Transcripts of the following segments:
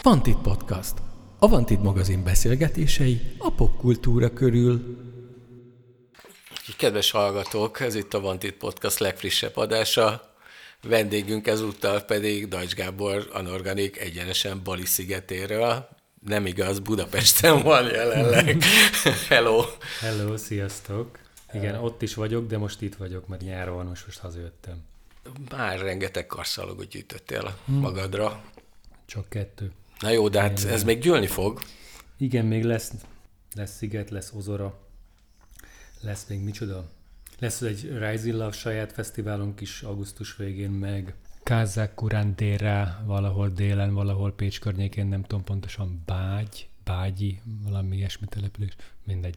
Vantit Podcast. A Vantit magazin beszélgetései a popkultúra körül. Kedves hallgatók, ez itt a Vantit Podcast legfrissebb adása. Vendégünk ezúttal pedig Deutsch Gábor, Anorganik, egyenesen Bali szigetéről. Nem igaz, Budapesten van jelenleg. Hello! Hello, sziasztok! Igen, ott is vagyok, de most itt vagyok, mert nyáron van, most hazajöttem. Már rengeteg karszalagot gyűjtöttél magadra. Csak 2. Na jó, de hát ez még gyűlni fog. Igen, még lesz sziget, lesz Ozora, lesz még micsoda. Lesz egy Rise in Love saját fesztiválunk is augusztus végén, meg Kázák Kurandéra, valahol délen, valahol Pécs környékén, nem tudom pontosan, Bágyi, valami ilyesmi település, mindegy.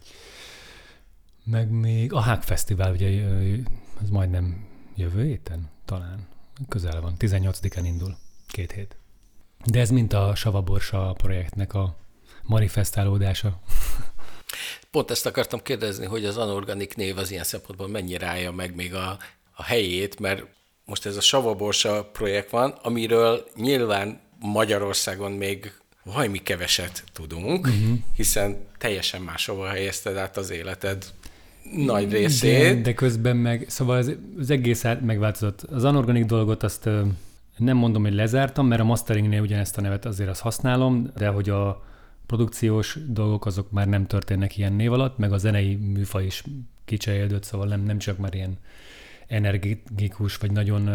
Meg még a Hák Fesztivál, ugye ez majdnem jövő héten, talán. Közel van, 18-án indul, 2 hét. De ez mint a Savaborsa projektnek a manifestálódása. Pont ezt akartam kérdezni, hogy az Anorganik név az ilyen szempontból mennyire állja meg még a helyét, mert most ez a Savaborsa projekt van, amiről nyilván Magyarországon még valami keveset tudunk, hiszen teljesen máshova helyezted át az életed nagy részét. De közben meg, szóval az egész megváltozott. Az Anorganik dolgot azt nem mondom, hogy lezártam, mert a masteringnél ugyanezt a nevet azért azt használom, de hogy a produkciós dolgok azok már nem történnek ilyen név alatt, meg a zenei műfaj is kicserélődött, szóval nem csak már ilyen energikus, vagy nagyon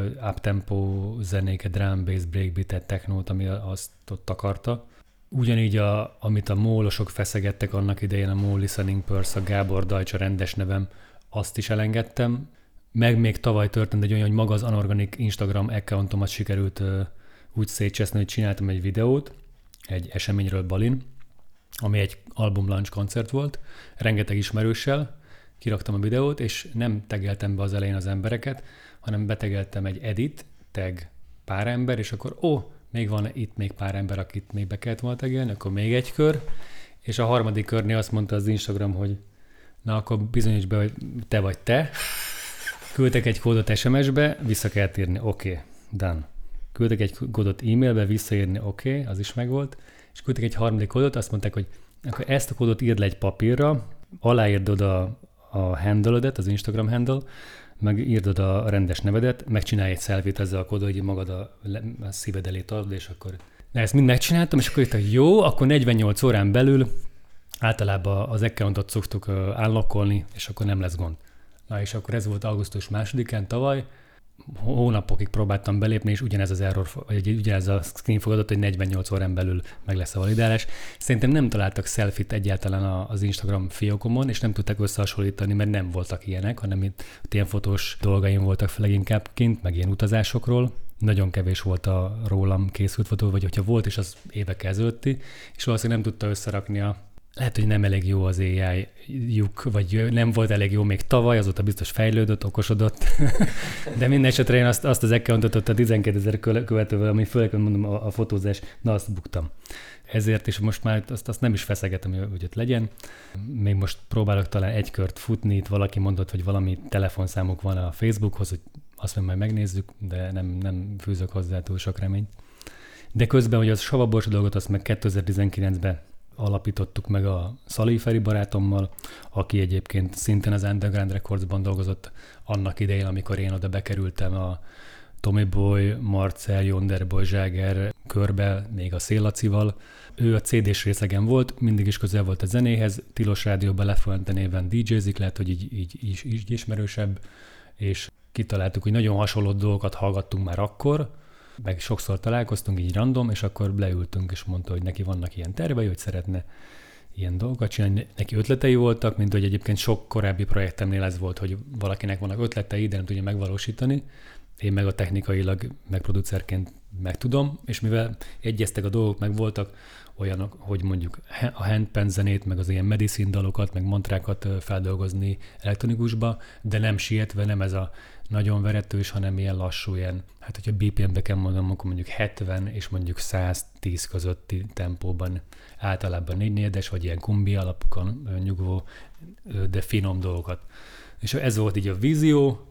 up-tempo zenéket, drum, bass, breakbeat, technót, ami azt ott akarta. Ugyanígy, amit a mólosok feszegettek annak idején, a Mole Listening Purse, a Gábor Deutsch, a rendes nevem, azt is elengedtem. Meg még tavaly történt egy olyan, hogy maga az Anorganik Instagram accountomat sikerült úgy szétcseszni, hogy csináltam egy videót, egy eseményről Balin, ami egy album launch koncert volt, rengeteg ismerőssel, kiraktam a videót, és nem tageltem be az elején az embereket, hanem betegeltem egy edit, tag pár ember, és akkor még van itt még pár ember, akit még be kellett volna tagelni, akkor még egy kör, és a harmadik körnél azt mondta az Instagram, hogy na akkor bizonyíts be, hogy te vagy te. Küldtek egy kódot SMS-be, vissza kellett írni, oké, done. Küldtek egy kódot e-mailbe, visszaírni, oké, az is megvolt, és küldtek egy harmadik kódot, azt mondták, hogy akkor ezt a kódot írd le egy papírra, aláírd oda a handle-ödet, az Instagram handle, meg írd oda a rendes nevedet, megcsinálj egy selfie-t ezzel a kódot, hogy magad a szíved elé tartod, és akkor... De ezt mind megcsináltam, és akkor írtak, hogy jó, akkor 48 órán belül általában az accountot szoktuk unlockolni, és akkor nem lesz gond. Na és akkor ez volt augusztus 2-án tavaly, hónapokig próbáltam belépni, és ugyanez az error, vagy ugyanez a screen fogadott, hogy 48 órán belül meg lesz a validálás. Szerintem nem találtak selfie-t egyáltalán az Instagram fiókomon, és nem tudták összehasonlítani, mert nem voltak ilyenek, hanem itt ilyen fotós dolgaim voltak leginkább kint, meg ilyen utazásokról. Nagyon kevés volt a rólam készült fotó, vagy hogyha volt is, az évek ezelőtti, és valószínűleg nem tudta összerakni lehet, hogy nem elég jó az AI-juk, vagy nem volt elég jó még tavaly, azóta biztos fejlődött, okosodott. De minden esetre én azt az accountot ott a 12 000 követővel, ami főleg mondom a fotózás, na azt buktam. Ezért is most már azt nem is feszegetem, hogy ott legyen. Még most próbálok talán egy kört futni, itt valaki mondott, hogy valami telefonszámuk van a Facebookhoz, hogy azt majd megnézzük, de nem fűzök hozzá túl sok reményt. De közben, hogy az Savaborsa dolgot, azt meg 2019-ben alapítottuk meg a Szalai Feri barátommal, aki egyébként szintén az Underground Recordsban dolgozott annak idején, amikor én oda bekerültem a Tommy Boy, Marcel, Yonderboy, Zságer körbe, még a Szélacival. Ő a CD-s részegen volt, mindig is közel volt a zenéhez, Tilos Rádióban Lefuente néven DJ-zik, lehet, hogy így ismerősebb, és kitaláltuk, hogy nagyon hasonló dolgokat hallgattunk már akkor, meg sokszor találkoztunk így random, és akkor leültünk, és mondta, hogy neki vannak ilyen tervei, hogy szeretne ilyen dolgokat csinálni. Neki ötletei voltak, mint hogy egyébként sok korábbi projektemnél ez volt, hogy valakinek vannak ötletei, de nem tudja megvalósítani. Én meg a technikailag, meg producerként meg tudom, és mivel egyeztek a dolgok, meg voltak olyanok, hogy mondjuk a handpan zenét, meg az ilyen medicine dalokat, meg mantrákat feldolgozni elektronikusba, de nem sietve, nem ez a nagyon veretős, hanem ilyen lassú, ilyen, hát hogyha BPM-be kell mondom, akkor mondjuk 70 és mondjuk 110 közötti tempóban, általában 4/4-es, vagy ilyen kumbi alapokon nyugvó, de finom dolgokat. És ez volt így a vízió,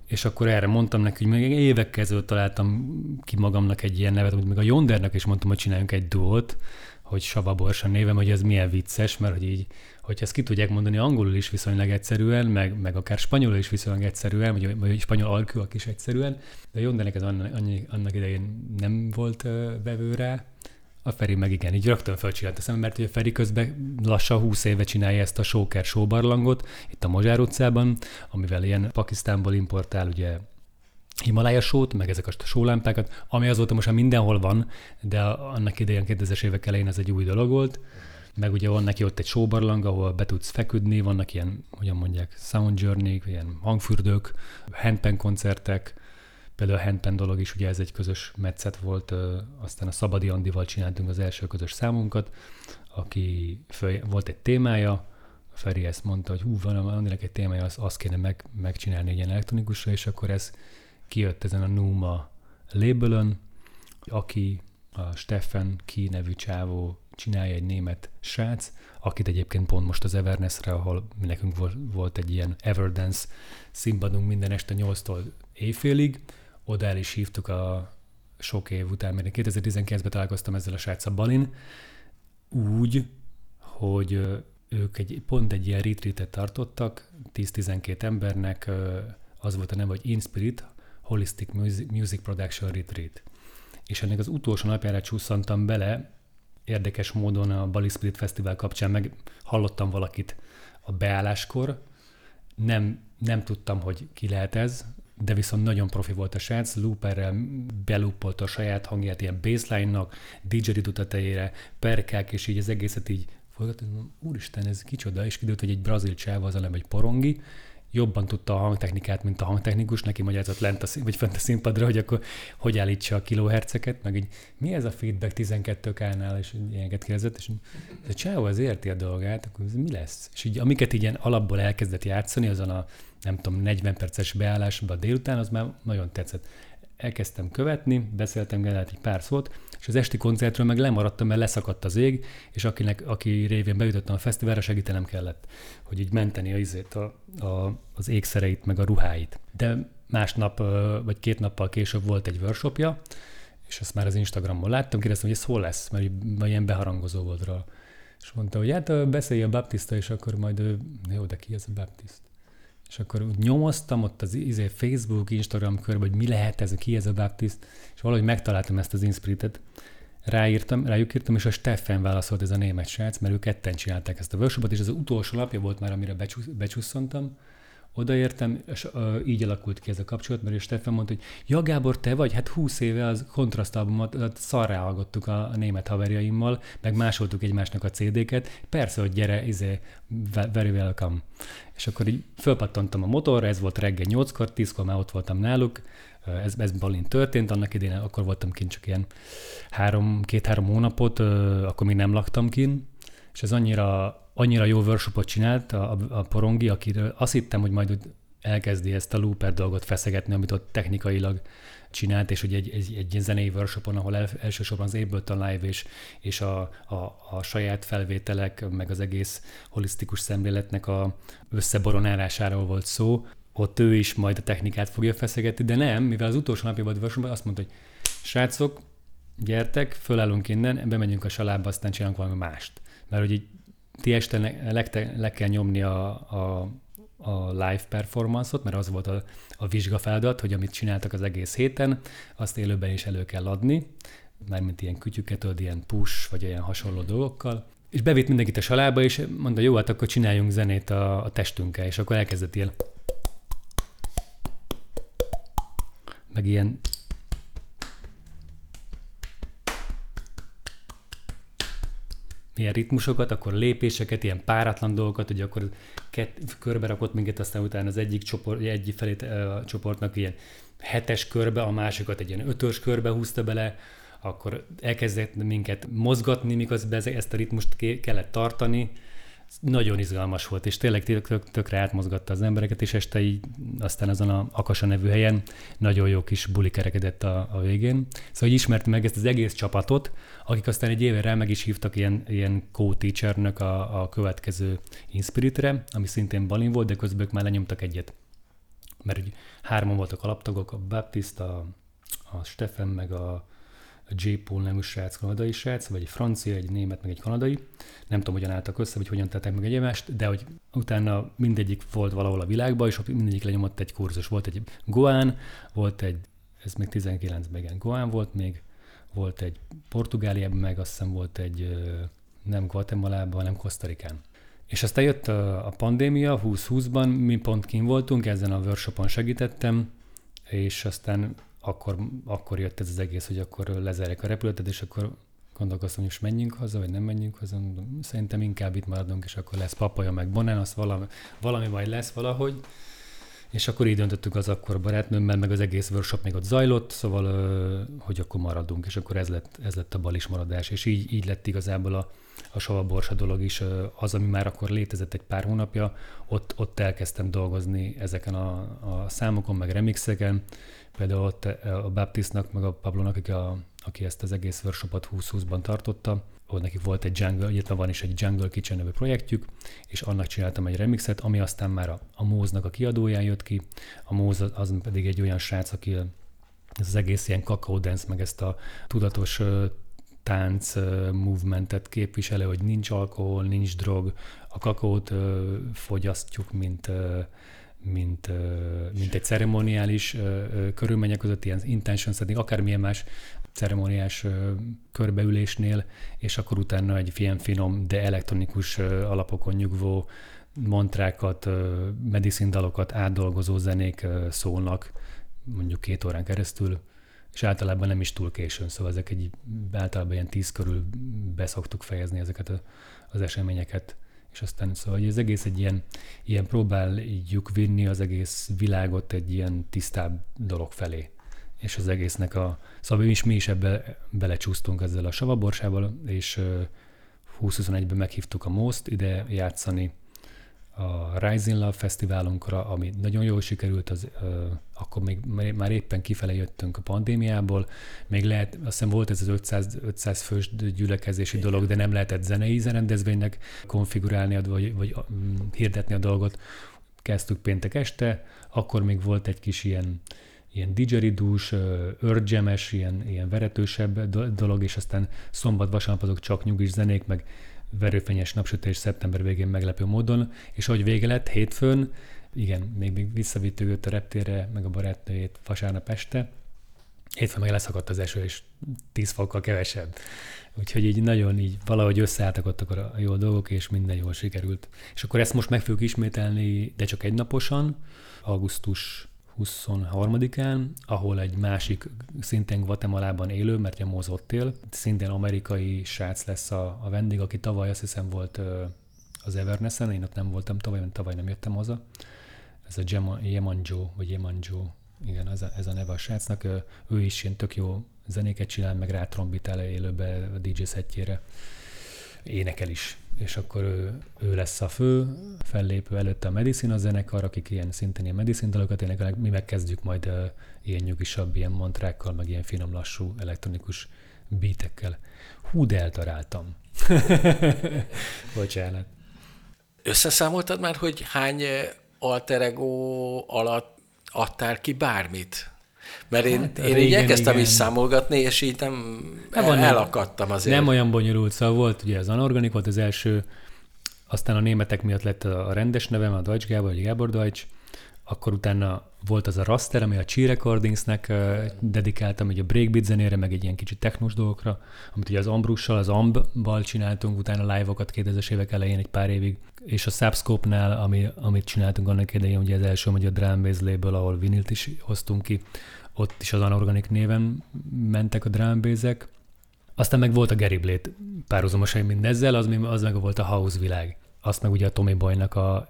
és akkor erre mondtam neki, hogy még évekkel ezelőtt találtam ki magamnak egy ilyen nevet, amit még a Yondernek is mondtam, hogy csináljunk egy duót, hogy Sava Borsa névem, hogy ez milyen vicces, mert hogy így, hogyha ezt ki tudják mondani angolul is viszonylag egyszerűen, meg akár spanyolul is viszonylag egyszerűen, vagy spanyol alkúak is egyszerűen, de a Yondernek ez annak idején nem volt vevő rá, a Feri meg igen, így rögtön felcsinált a szemem, mert ugye Feri közben lassan 20 éve csinálja ezt a Shoker showbarlangot itt a Mozsár utcában, amivel ilyen Pakisztánból importál ugye Himalája sót, meg ezek a sólámpákat, ami azóta most már mindenhol van, de annak idején 2000-es évek elején ez egy új dolog volt. Meg ugye van neki ott egy showbarlang, ahol be tudsz feküdni, vannak ilyen, hogyan mondják, sound journey, ilyen hangfürdők, handpan koncertek, például a handpan dolog is, ugye ez egy közös metszet volt, aztán a Szabadi Andival csináltunk az első közös számunkat, aki volt egy témája, a Feri ezt mondta, hogy van Andinak egy témája, azt kéne megcsinálni egy ilyen elektronikusra, és akkor ez kijött ezen a Numa labelön, aki a Steffen Ki nevű csávó csinálja, egy német srác, akit egyébként pont most az Everness-re, ahol nekünk volt egy ilyen Everdance színpadunk minden este 8-tól éjfélig, oda el is hívtuk a sok év után, mert 2019-ben találkoztam ezzel a sráccal Balin, úgy, hogy ők pont egy ilyen retreatet tartottak, 10-12 embernek, az volt a neve, hogy InSpirit, Holistic Music Production Retreat. És ennek az utolsó napjára csúszantam bele, érdekes módon a Bali Spirit Fesztivál kapcsán meg hallottam valakit a beálláskor, nem tudtam, hogy ki lehet ez, de viszont nagyon profi volt a srác, looperrel belúpolta a saját hangját ilyen baseline-nak, didgeridoo tetejére, perkák, és így az egészet így folytatom, úristen, ez kicsoda, és kiderült, hogy egy brazil csáva, az a neve, egy porongi, jobban tudta a hangtechnikát, mint a hangtechnikus, neki magyarázott vagy fent a színpadra, hogy akkor hogy állítsa a kilohertzeket, meg így mi ez a feedback 12K-nál, és ilyeneket kérdezett, és a csávó az érti a dolgát, akkor ez mi lesz? És így amiket ilyen alapból elkezdett játszani, azon a nem tudom, 40 perces beállásban délután, az már nagyon tetszett. Elkezdtem követni, beszéltem generált egy pár szót, és az esti koncertről meg lemaradtam, mert leszakadt az ég, és aki révén bejutottam a fesztiválra, segítenem kellett, hogy így menteni az ékszereit, meg a ruháit. De másnap, vagy 2 nappal később volt egy workshopja, és azt már az Instagramon láttam, kérdeztem, hogy ez hol lesz, mert ilyen beharangozó volt rá. És mondta, hogy hát beszélj a baptista, és akkor majd jó, de ki ez a baptist? És akkor nyomoztam ott az Facebook, Instagram körben, hogy mi lehet ez, ki ez a baptist, és valahogy megtaláltam ezt az InSpiritet. Rájuk írtam, és a Steffen válaszolt, ez a német srác, mert ők ketten csinálták ezt a workshopot, és az utolsó napja volt már, amire becsusszantam. Odaértem, és így alakult ki ez a kapcsolat, mert Steffen mondta, hogy ja, Gábor, te vagy? Hát 20 éve az kontrasztalbumot szarrá hallgattuk a német haverjaimmal, meg másoltuk egymásnak a CD-ket. Persze, hogy gyere, very welcome. És akkor így fölpattantam a motorra, ez volt reggel 8-kor, 10-kor már ott voltam náluk, ez Balin történt, annak idején akkor voltam kint csak ilyen 2-3 hónapot, akkor még nem laktam kint, és ez annyira jó workshopot csinált a porongi, akiről azt hittem, hogy majd elkezdi ezt a looper dolgot feszegetni, amit ott technikailag csinált, és hogy egy zenei workshopon, ahol elsősorban az Ableton Live és a saját felvételek, meg az egész holisztikus szemléletnek a összeboronálásáról volt szó, ott ő is majd a technikát fogja feszegetni, de nem, mivel az utolsó napja volt a workshopban, azt mondta, hogy srácok, gyertek, fölállunk innen, bemegyünk a salába, aztán csinálunk valami mást. Mert hogy így ti este le kell nyomni a live performance-ot, mert az volt a vizsgafeladat, hogy amit csináltak az egész héten, azt élőben is elő kell adni, mármint ilyen kütyüket, ilyen push, vagy olyan hasonló dolgokkal. És bevitt mindenkit a salába, és mondta, jó, hát akkor csináljunk zenét a testünkkel, és akkor elkezdett ilyen meg ilyen ritmusokat, akkor lépéseket, ilyen páratlan dolgokat, hogy akkor körbe rakott minket, aztán utána az egyik felét a csoportnak ilyen 7-es körbe, a másikat egy ilyen 5-ös körbe húzta bele, akkor elkezdett minket mozgatni, miközben ezt a ritmust kellett tartani. Nagyon izgalmas volt, és tényleg tökre átmozgatta az embereket, és este így aztán azon a Akasa nevű helyen nagyon jó kis buli kerekedett a végén. Szóval ismertem meg ezt az egész csapatot, akik aztán egy évre meg is hívtak ilyen co-teachernek a következő InSpiritre, ami szintén Balin volt, de közben ők már lenyomtak egyet mert úgy 3 voltak alaptagok, a Baptiste, a Stefan, meg a J. Paul nevű srác, kanadai srác, vagy egy francia, egy német, meg egy kanadai. Nem tudom, hogyan álltak össze, vagy hogyan tettek meg egymást, de hogy utána mindegyik volt valahol a világban, és mindegyik lenyomott egy kurzus. Volt egy Goán, volt egy, ez még 19-ben, igen, Goán volt még, volt egy Portugáliában, meg azt hiszem volt egy nem Guatemalában, hanem Kosztarikán. És aztán jött a pandémia 2020-ban, mi pont kint voltunk, ezen a workshopon segítettem, és aztán akkor jött ez az egész, hogy akkor lezárják a repületet, és akkor gondolkoztam, hogy most menjünk haza, vagy nem menjünk haza. Szerintem inkább itt maradunk, és akkor lesz Papaja, meg Bonán, az valami majd lesz valahogy. És akkor így döntöttük az akkor barátnőmmel, meg az egész workshop még ott zajlott, szóval, hogy akkor maradunk, és akkor ez lett a balis maradás. És így lett igazából a savaborsa dolog is, az, ami már akkor létezett egy pár hónapja, ott elkezdtem dolgozni ezeken a számokon, meg remixeken. Például ott a Baptistnak, meg a Pablónak, aki ezt az egész workshopot 2020-ban tartotta, ott nekik volt egy Jungle, illetve van is egy Jungle Kitchen nevű projektjük, és annak csináltam egy remixet, ami aztán már a Móznak a kiadóján jött ki. A Móz az pedig egy olyan srác, aki ez az egész ilyen kakaó dance, meg ezt a tudatos tánc movementet képviseli, hogy nincs alkohol, nincs drog, a kakaót fogyasztjuk, mint egy ceremoniális körülmények között, ilyen intention setting, akármilyen más ceremoniás körbeülésnél, és akkor utána egy ilyen finom, de elektronikus alapokon nyugvó mantrákat, medicine dalokat átdolgozó zenék szólnak mondjuk 2 órán keresztül, és általában nem is túl későn, szóval ezek általában ilyen 10 körül beszoktuk fejezni ezeket az eseményeket. És aztán szóval hogy az egész egy ilyen próbáljuk vinni az egész világot egy ilyen tisztább dolog felé. És az egésznek szóval mi is ebbe belecsúsztunk ezzel a savaborsával, és 2021-ben meghívtuk a Most ide játszani a Rise in Love fesztiválunkra, ami nagyon jól sikerült, akkor még már éppen kifele jöttünk a pandémiából, még lehet, azt hiszem volt ez az 500 fős gyülekezési dolog, de nem lehetett zenei rendezvénynek konfigurálni, vagy hirdetni a dolgot. Kezdtük péntek este, akkor még volt egy kis ilyen didgeridús, örgyemes, ilyen veretősebb dolog, és aztán szombat-vasárnap azok csak nyugis zenék, meg verőfényes napsütés szeptember végén meglepő módon, és ahogy vége lett, hétfőn, igen, még visszavittük őt a reptérre, meg a barátnőjét vasárnap este, hétfőn meg leszakadt az eső, és 10 fokkal kevesebb. Úgyhogy így nagyon így valahogy összeálltak ott akkor a jó dolgok, és minden jól sikerült. És akkor ezt most meg fogjuk ismételni, de csak egynaposan, augusztus 23-án, ahol egy másik, szintén Guatemalában élő, mert Móz ott él, szintén amerikai srác lesz a vendég, aki tavaly azt hiszem volt az Everness-en, én ott nem voltam tavaly nem jöttem haza. Ez a Yemanjo, igen, ez a neve a srácnak, ő is ilyen tök jó zenéket csinál, meg rátrombitál élőbe a DJ szettjére, énekel is. És akkor ő lesz a fő fellépő, előtte a Medicine a zenekar, akik szintén ilyen Medicine dalokat énekelnek, mi megkezdjük majd ilyen nyugisabb, ilyen mantrákkal, meg ilyen finom, lassú, elektronikus beatekkel. Hú, de eltaráltam. Bocsánat. Összeszámoltad már, hogy hány alter ego alatt adtál ki bármit? Mert én így elkezdtem is számolgatni, és így elakadtam azért. Nem olyan bonyolult, szóval volt ugye az Anorganik, volt az első, aztán a németek miatt lett a rendes nevem, a Deutsch Gábor, vagy Gábor Deutsch, akkor utána volt az a Raster, ami a Chi Recordingsnek dedikáltam, egy a breakbeat zenére, meg egy ilyen kicsit technós dolgokra, amit ugye az Ambrussal, az Amb-bal csináltunk, utána live-okat 2000-es évek elején egy pár évig, és a Subscope-nál, amit csináltunk annak idején, ugye az első magyar drum bass label, ahol vinilt is hoztunk ki, ott is az Anorganik néven mentek a drum bass-ek. Aztán meg volt a Gary Blade párhuzamosan mindezzel, az meg volt a house világ. Azt meg ugye a Tommy Boynak az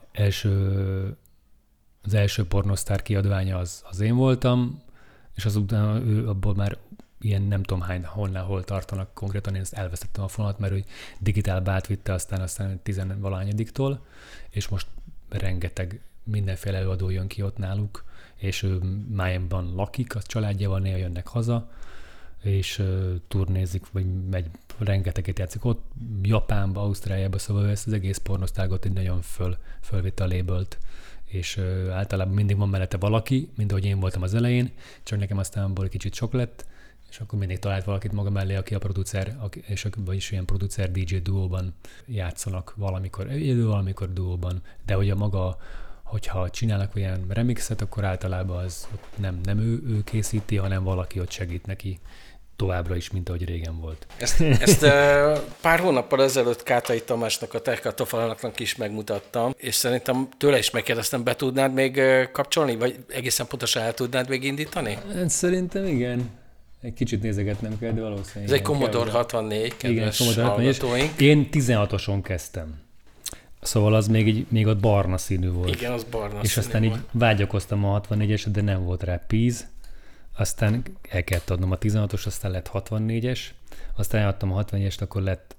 első pornosztár kiadványa az én voltam, és azután ő abból már ilyen nem tudom hány, hol tartanak konkrétan, én ezt elvesztettem a fonalat, mert ő digitálba átvitte aztán 10-valahányadiktól, és most rengeteg mindenféle előadó jön ki ott náluk, és ő Miamiban lakik, a családjával néha jönnek haza, és turnézik, vagy megy, rengeteget játszik ott, Japánba, Ausztráliába, szóval ezt az egész pornosztágot így nagyon fölvitte a labelt, és általában mindig van mellette valaki, mint ahogy én voltam az elején, csak nekem aztán abból kicsit sok lett, és akkor mindig talált valakit maga mellé, aki a producer, vagyis ilyen producer DJ duóban játszanak valamikor élő, valamikor duóban, de hogy a maga, hogyha csinálnak olyan remixet, akkor általában az nem ő készíti, hanem valaki ott segít neki továbbra is, mint ahogy régen volt. Ezt pár hónappal ezelőtt Kátai Tamásnak, a Terkatofalának is megmutattam, és szerintem tőle is megkérdeztem, be tudnád még kapcsolni, vagy egészen pontosan el tudnád még indítani? Szerintem igen. Egy kicsit nézegetnem kell, de valószínűleg. Ez egy Commodore 64, kedves hallgatóink. Én 16-oson kezdtem. Szóval az még ott barna színű volt. Igen, az barna színű. És aztán így vágyakoztam a 64-es, de nem volt rá PIZ. Aztán el kellett adnom a 16-os, aztán lett 64-es. Aztán eladtam a 64-est, akkor lett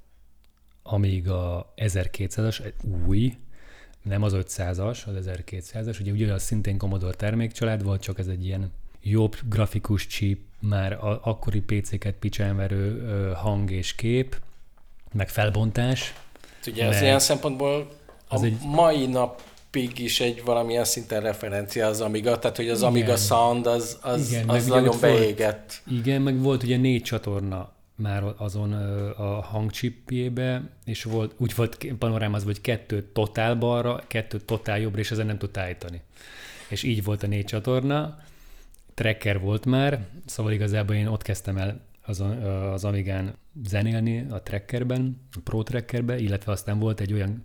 Amiga 1200-as, egy új, nem az 500-as, az 1200-as. Ugye az szintén Commodore termékcsalád volt, csak ez egy ilyen jobb grafikus chip, már akkori PC-ket picsámverő hang és kép, meg felbontás. Ugye az ilyen szempontból mai napig is egy valamilyen szinten referencia az Amiga, tehát hogy az Amiga Sound az nagyon beégett. Igen, meg volt ugye 4 csatorna már azon a hangchipjébe, és úgy volt panorámaz, hogy 2 totál balra, 2 totál jobbra, és ezen nem tudta állítani. És így volt a 4 csatorna. Tracker volt már, szóval igazából én ott kezdtem el az Amigán zenélni a Trackerben, a Pro Trackerben, illetve aztán volt egy olyan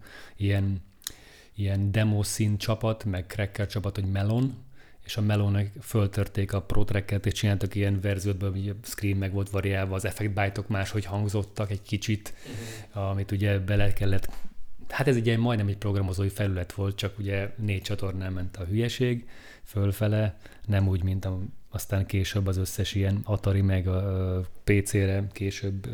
ilyen demo szín csapat, meg cracker csapat, hogy Melon, és a Melonnak föltörték a Pro Trackert, és csináltak ilyen verziótban, hogy a screen meg volt variálva, az effektbájtok máshogy hangzottak egy kicsit, amit ugye bele kellett. Hát ez ugye majdnem egy programozói felület volt, csak ugye 4 csatornán ment a hülyeség, fölfele, nem úgy, mint aztán később az összes ilyen Atari meg a PC-re később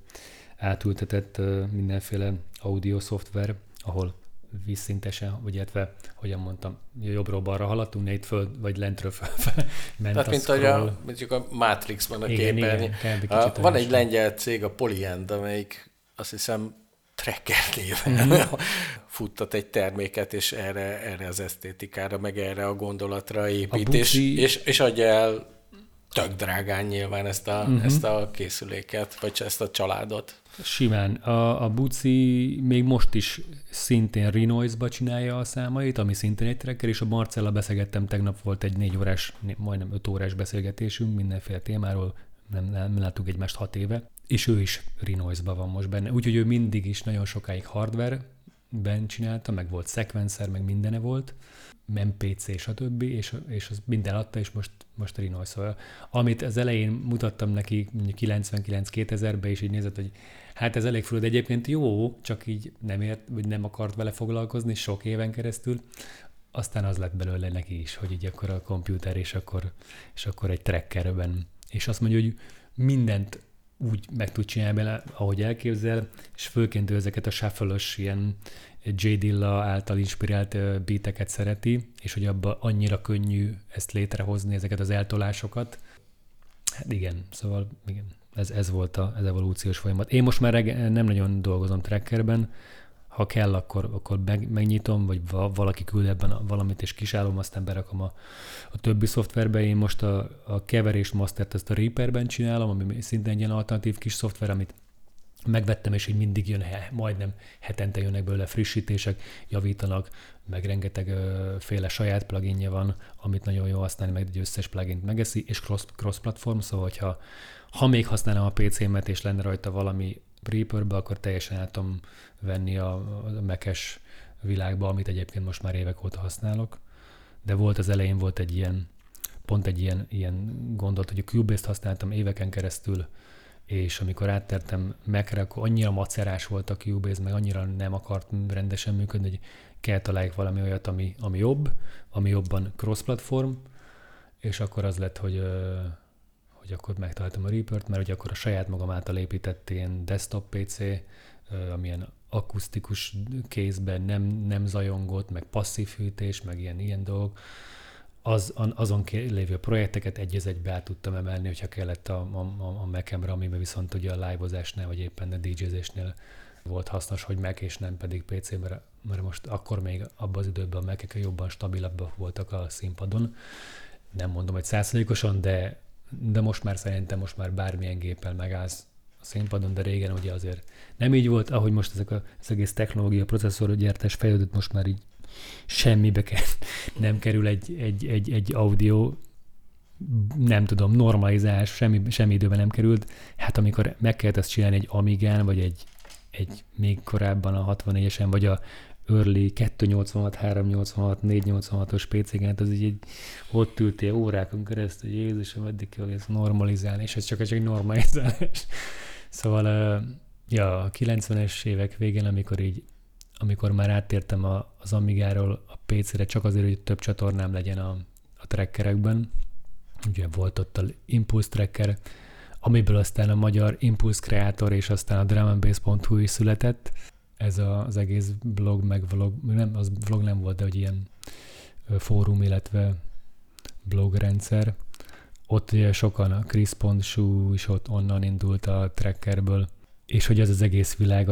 átültetett mindenféle audio szoftver, ahol vízszintesen, vagy illetve, hogyan mondtam, jobbról balra haladtunk, ne itt föl, vagy lentről fölfele ment. Tehát mint ahogy mondjuk a Matrixban a képernyő. Van egy lengyel cég, a Polyend, amelyik azt hiszem Tracker néven futtat egy terméket, és erre az esztétikára, meg erre a gondolatra épít, és adja el tök drágán nyilván ezt a készüléket, vagy ezt a családot. Simán. A Buci még most is szintén Renoise-ba csinálja a számait, ami szintén egy tracker, és a Marcella beszélgettem, tegnap volt egy 4 órás, majdnem 5 órás beszélgetésünk mindenféle témáról, nem láttuk egymást 6 éve, és ő is Renoise-ba van most benne. Úgyhogy ő mindig is nagyon sokáig hardware-ben csinálta, meg volt sequencer, meg mindene volt, MPC, stb. És az minden adta, és most Renoise. Szóval, amit az elején mutattam neki 99-2000-ben, és így nézett, hogy hát ez elég fura, de egyébként jó, csak így nem ért, vagy nem akart vele foglalkozni sok éven keresztül. Aztán az lett belőle neki is, hogy így akkor a komputer, és akkor egy trackerben. És azt mondja, hogy mindent úgy meg tud csinálni bele, ahogy elképzel, és főként ő ezeket a shuffle-ös ilyen J. Dilla által inspirált beateket szereti, és hogy abban annyira könnyű ezt létrehozni, ezeket az eltolásokat. Hát igen, szóval igen, ez volt az evolúciós folyamat. Én most már nem nagyon dolgozom trackerben, ha kell, akkor megnyitom, vagy valaki küld ebben valamit, és kisállom, aztán berakom a többi szoftverbe. Én most a keverés mastert ezt a Reaperben csinálom, ami szintén egy ilyen alternatív kis szoftver, amit megvettem, és így mindig jön, majdnem hetente jönnek belőle frissítések, javítanak, meg rengeteg féle saját pluginja van, amit nagyon jó használni, meg egy összes plugint megeszi, és cross-platform, szóval ha még használom a PC-met, és lenne rajta valami Reaperbe, akkor teljesen el tudom venni a Mac-es világba, amit egyébként most már évek óta használok. De az elején volt egy ilyen gondolat, hogy a Cubase-t használtam éveken keresztül, és amikor áttértem Mac-re, akkor annyira macerás volt a Cubase, meg annyira nem akart rendesen működni, hogy kell találjuk valami olyat, ami jobb, ami jobban cross-platform, és akkor az lett, hogy akkor megtaláltam a Reapert, mert hogy akkor a saját magam által épített ilyen desktop PC, amilyen akusztikus kézben nem zajongott, meg passzív hűtés, meg ilyen dolgok, azon lévő projekteket egy-egybe át tudtam emelni, hogyha kellett a Mac-emre, amiben viszont ugye a live-ozásnál, vagy éppen a DJ-zésnél volt hasznos, hogy Mac és nem pedig PC, mert most akkor még abban az időben a Mac-ek jobban stabilabbak voltak a színpadon. Nem mondom, hogy 100%-osan, de most már szerintem bármilyen géppel megállsz a színpadon, de régen ugye azért nem így volt, ahogy most az egész technológia, processzorgyártás fejlődött, most már így semmibe nem kerül egy audio, nem tudom, normalizálás, semmi időben nem került. Hát amikor meg kellett ezt csinálni egy Amigán, vagy egy még korábban a 64-esen, vagy a early 286, 386, 486-os PC-gen, az így ott ültél órákon keresztül, Jézusom, eddig kell ezt normalizálni, és ez csak egy normalizálás. Szóval a 90-es évek végén, amikor már áttértem az Amigáról a PC-re, csak azért, hogy több csatornám legyen a trackerekben. Ugye volt ott a Impulse Tracker, amiből aztán a magyar Impulse Creator és aztán a drumandbass.hu is született. Ez az egész blog, meg vlog, nem, az vlog nem volt, de hogy ilyen fórum, illetve blogrendszer. Ott ugye sokan, a Chris.su is onnan indult a trackerből, és hogy ez az egész világ,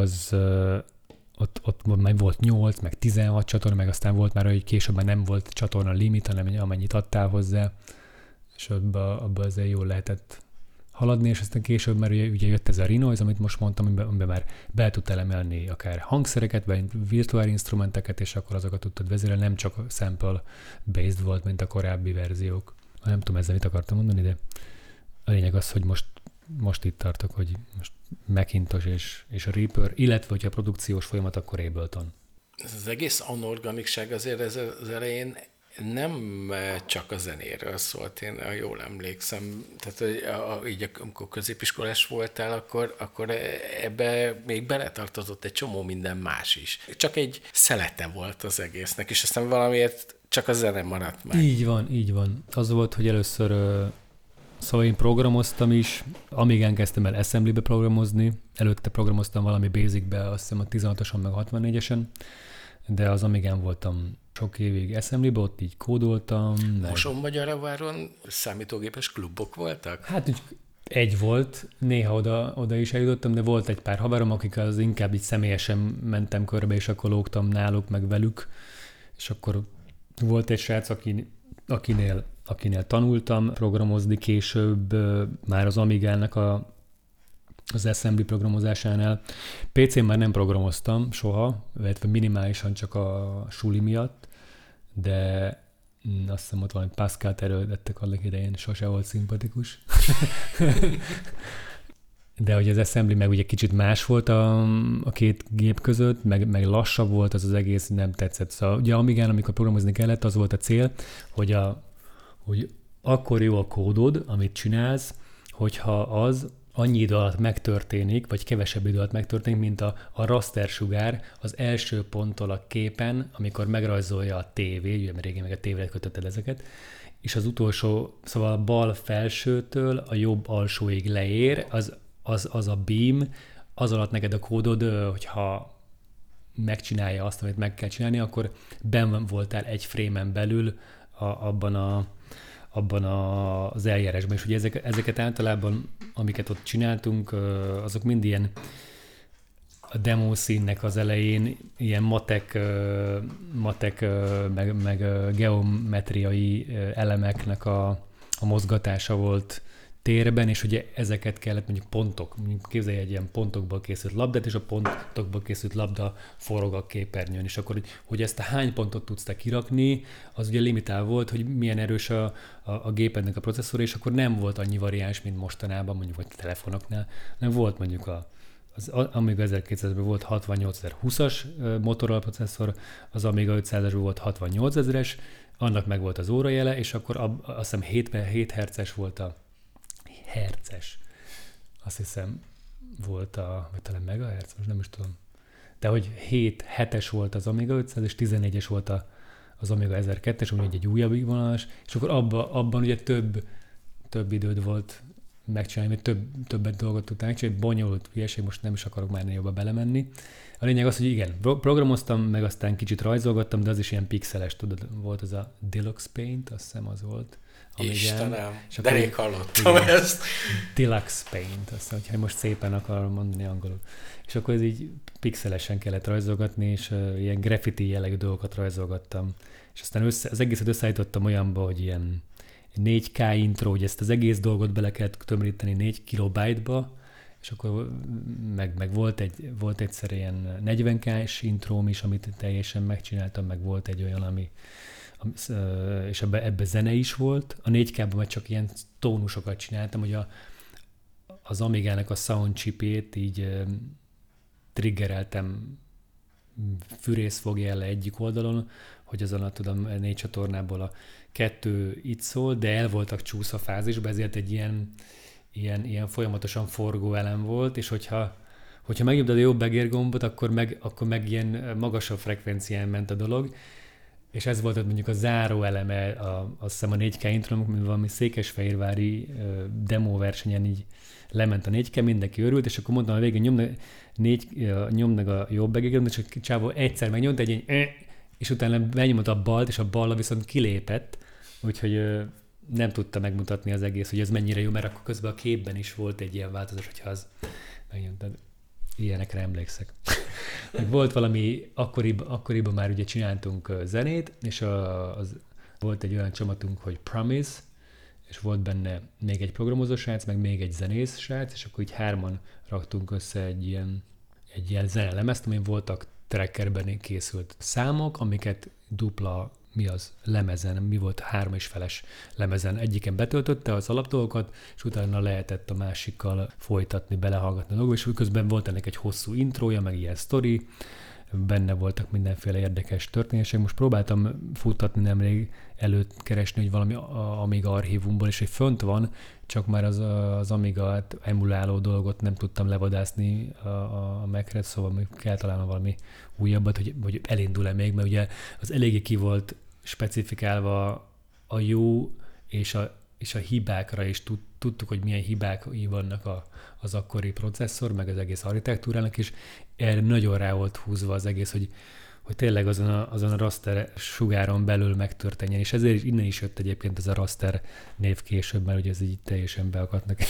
ott már volt 8, meg 16 csatorna, meg aztán volt már, hogy később már nem volt csatorna limit, hanem amennyit adtál hozzá, és abba azért jól lehetett haladni, és aztán később már ugye jött ez a Renoise, amit most mondtam, amiben már be tudtál emelni akár hangszereket, vagy virtuális instrumenteket, és akkor azokat tudtad vezérelni, nem csak sample-based volt, mint a korábbi verziók. Nem tudom, ezzel mit akartam mondani, de a lényeg az, hogy most itt tartok, hogy most Macintosh és a Reaper, illetve hogyha a produkciós folyamat, akkor Ableton. Ez az egész anorganikság azért ez az elején nem csak a zenéről szólt, én jól emlékszem. Tehát így amikor középiskolás voltál, akkor ebbe még beletartozott egy csomó minden más is. Csak egy szelete volt az egésznek, és aztán valamiért csak a zene maradt meg. Így van. Az volt, hogy először szóval én programoztam is, Amigán kezdtem el Assembly-be programozni, előtte programoztam valami Basic-be, azt hiszem a 16-oson meg 64-esen, de az Amigán voltam sok évig Assembly-be, ott így kódoltam. Mosonmagyaráváron számítógépes klubok voltak? Hát úgy egy volt, néha oda is eljutottam, de volt egy pár haverom, akik az inkább így személyesen mentem körbe, és akkor lógtam náluk, meg velük, és akkor volt egy srác, akinél tanultam programozni később, már az Amigának az Assembly programozásánál. PC-n már nem programoztam soha, illetve minimálisan csak a suli miatt, de azt hiszem ott valami Pascal-t erőltettek annak idején, sose volt szimpatikus. De hogy az Assembly meg ugye kicsit más volt a két gép között, meg lassabb volt az egész, nem tetszett. Szóval ugye Amigán, amikor programozni kellett, az volt a cél, hogy akkor jó a kódod, amit csinálsz, hogyha az annyi idő alatt megtörténik, vagy kevesebb idő alatt megtörténik, mint a rastersugár az első ponttól a képen, amikor megrajzolja a tévé, ugye mert régen meg a tévére kötötted ezeket, és az utolsó, szóval a bal felsőtől a jobb alsóig leér, az a beam, az alatt neked a kódod, hogyha megcsinálja azt, amit meg kell csinálni, akkor benn voltál egy frame-en belül abban az eljárásban. És ugye ezeket általában, amiket ott csináltunk, azok mind ilyen a demo színnek az elején ilyen matek meg geometriai elemeknek a mozgatása volt térben, és ugye ezeket kellett mondjuk pontok, képzelj egy ilyen pontokból készült labdát, és a pontokból készült labda forog a képernyőn, és akkor, hogy ezt a hány pontot tudsz te kirakni, az ugye limitál volt, hogy milyen erős a gépednek a processzor, és akkor nem volt annyi variáns, mint mostanában, mondjuk vagy a telefonoknál, nem volt mondjuk az Amiga 1200-ben volt 68020-as Motorola processzor, az Amiga 500-es volt 68000-es, annak meg volt az órajele, és akkor azt hiszem 7 Hz-es volt herces. Azt hiszem volt vagy talán megahertz, most nem is tudom. De hogy 7-7-es volt az Amiga 500, és 14-es volt az Amiga 1002-es, ami egy újabb vonalas, és akkor abban ugye több időd volt megcsinálni, mert többet dolgot tudtál megcsinálni, bonyolult hülyeség, most nem is akarok már jobban belemenni. A lényeg az, hogy igen, programoztam, meg aztán kicsit rajzolgattam, de az is ilyen pixeles, tudod, volt az a Deluxe Paint, azt hiszem az volt, Istenem, de rég hallottam ezt. Deluxe Paint, azt mondja, hogy most szépen akarom mondani angolul. És akkor ez így pixelesen kellett rajzolgatni, és ilyen graffiti jellegű dolgokat rajzolgattam. És aztán az egészet összeállítottam olyanba, hogy ilyen 4K intro, hogy ezt az egész dolgot bele kellett tömöríteni 4 kilobájtba, és akkor meg volt egyszer ilyen 40K-s intróm is, amit teljesen megcsináltam, meg volt egy olyan, és ebbe zene is volt. A 4K-ban meg csak ilyen tónusokat csináltam, hogy az Amigának a sound chipét így triggereltem fűrészfogjellel egyik oldalon, hogy azon a 4 csatornából a 2 itt szól, de el voltak csúszva fázisba, ezért egy ilyen folyamatosan forgó elem volt, és hogyha megnyomtad a jobb egérgombot, akkor meg ilyen magasabb frekvencián ment a dolog, és ez volt mondjuk a záró eleme, azt hiszem a 4K intro, mint valami székesfehérvári demo versenyen így lement a 4K, mindenki örült, és akkor mondtam a végén, nyomd meg a jobb egérgombot, és a csávó egyszer megnyomta egy ilyen, és utána megnyomta a balt, és a balla viszont kilépett, úgyhogy nem tudta megmutatni az egész, hogy ez mennyire jó, mert akkor közben a képben is volt egy ilyen változás, hogyha az megnyomtad. Ilyenekre emlékszek. Volt valami, akkoriban már ugye csináltunk zenét, és volt egy olyan csomagunk, hogy Promise, és volt benne még egy programozó srác, meg még egy zenész srác, és akkor így 3-an raktunk össze egy ilyen zenelemezt, amin voltak trackerben készült számok, amiket dupla lemezen, mi volt 3,5-es lemezen. Egyiken betöltötte az alapdolgokat, és utána lehetett a másikkal folytatni, belehallgatni a dolgok, és közben volt ennek egy hosszú intrója, meg ilyen sztori, benne voltak mindenféle érdekes történések. Most próbáltam futtatni nemrég előtt keresni, hogy valami Amiga archívumból, és hogy fönt van, csak már az Amiga emuláló dolgot nem tudtam levadászni a Mac-re, szóval még kell találnom valami újabbat, hogy elindul-e még, mert ugye az eléggé ki volt specifikálva a jó és a hibákra is tudtuk, hogy milyen hibák vannak az akkori processzor, meg az egész architektúrának, és erre nagyon rá volt húzva az egész, hogy tényleg azon a raster sugáron belül megtörténjen, és ezért innen is jött egyébként ez a raster név később, mert ugye ez így teljesen beakadt nekem.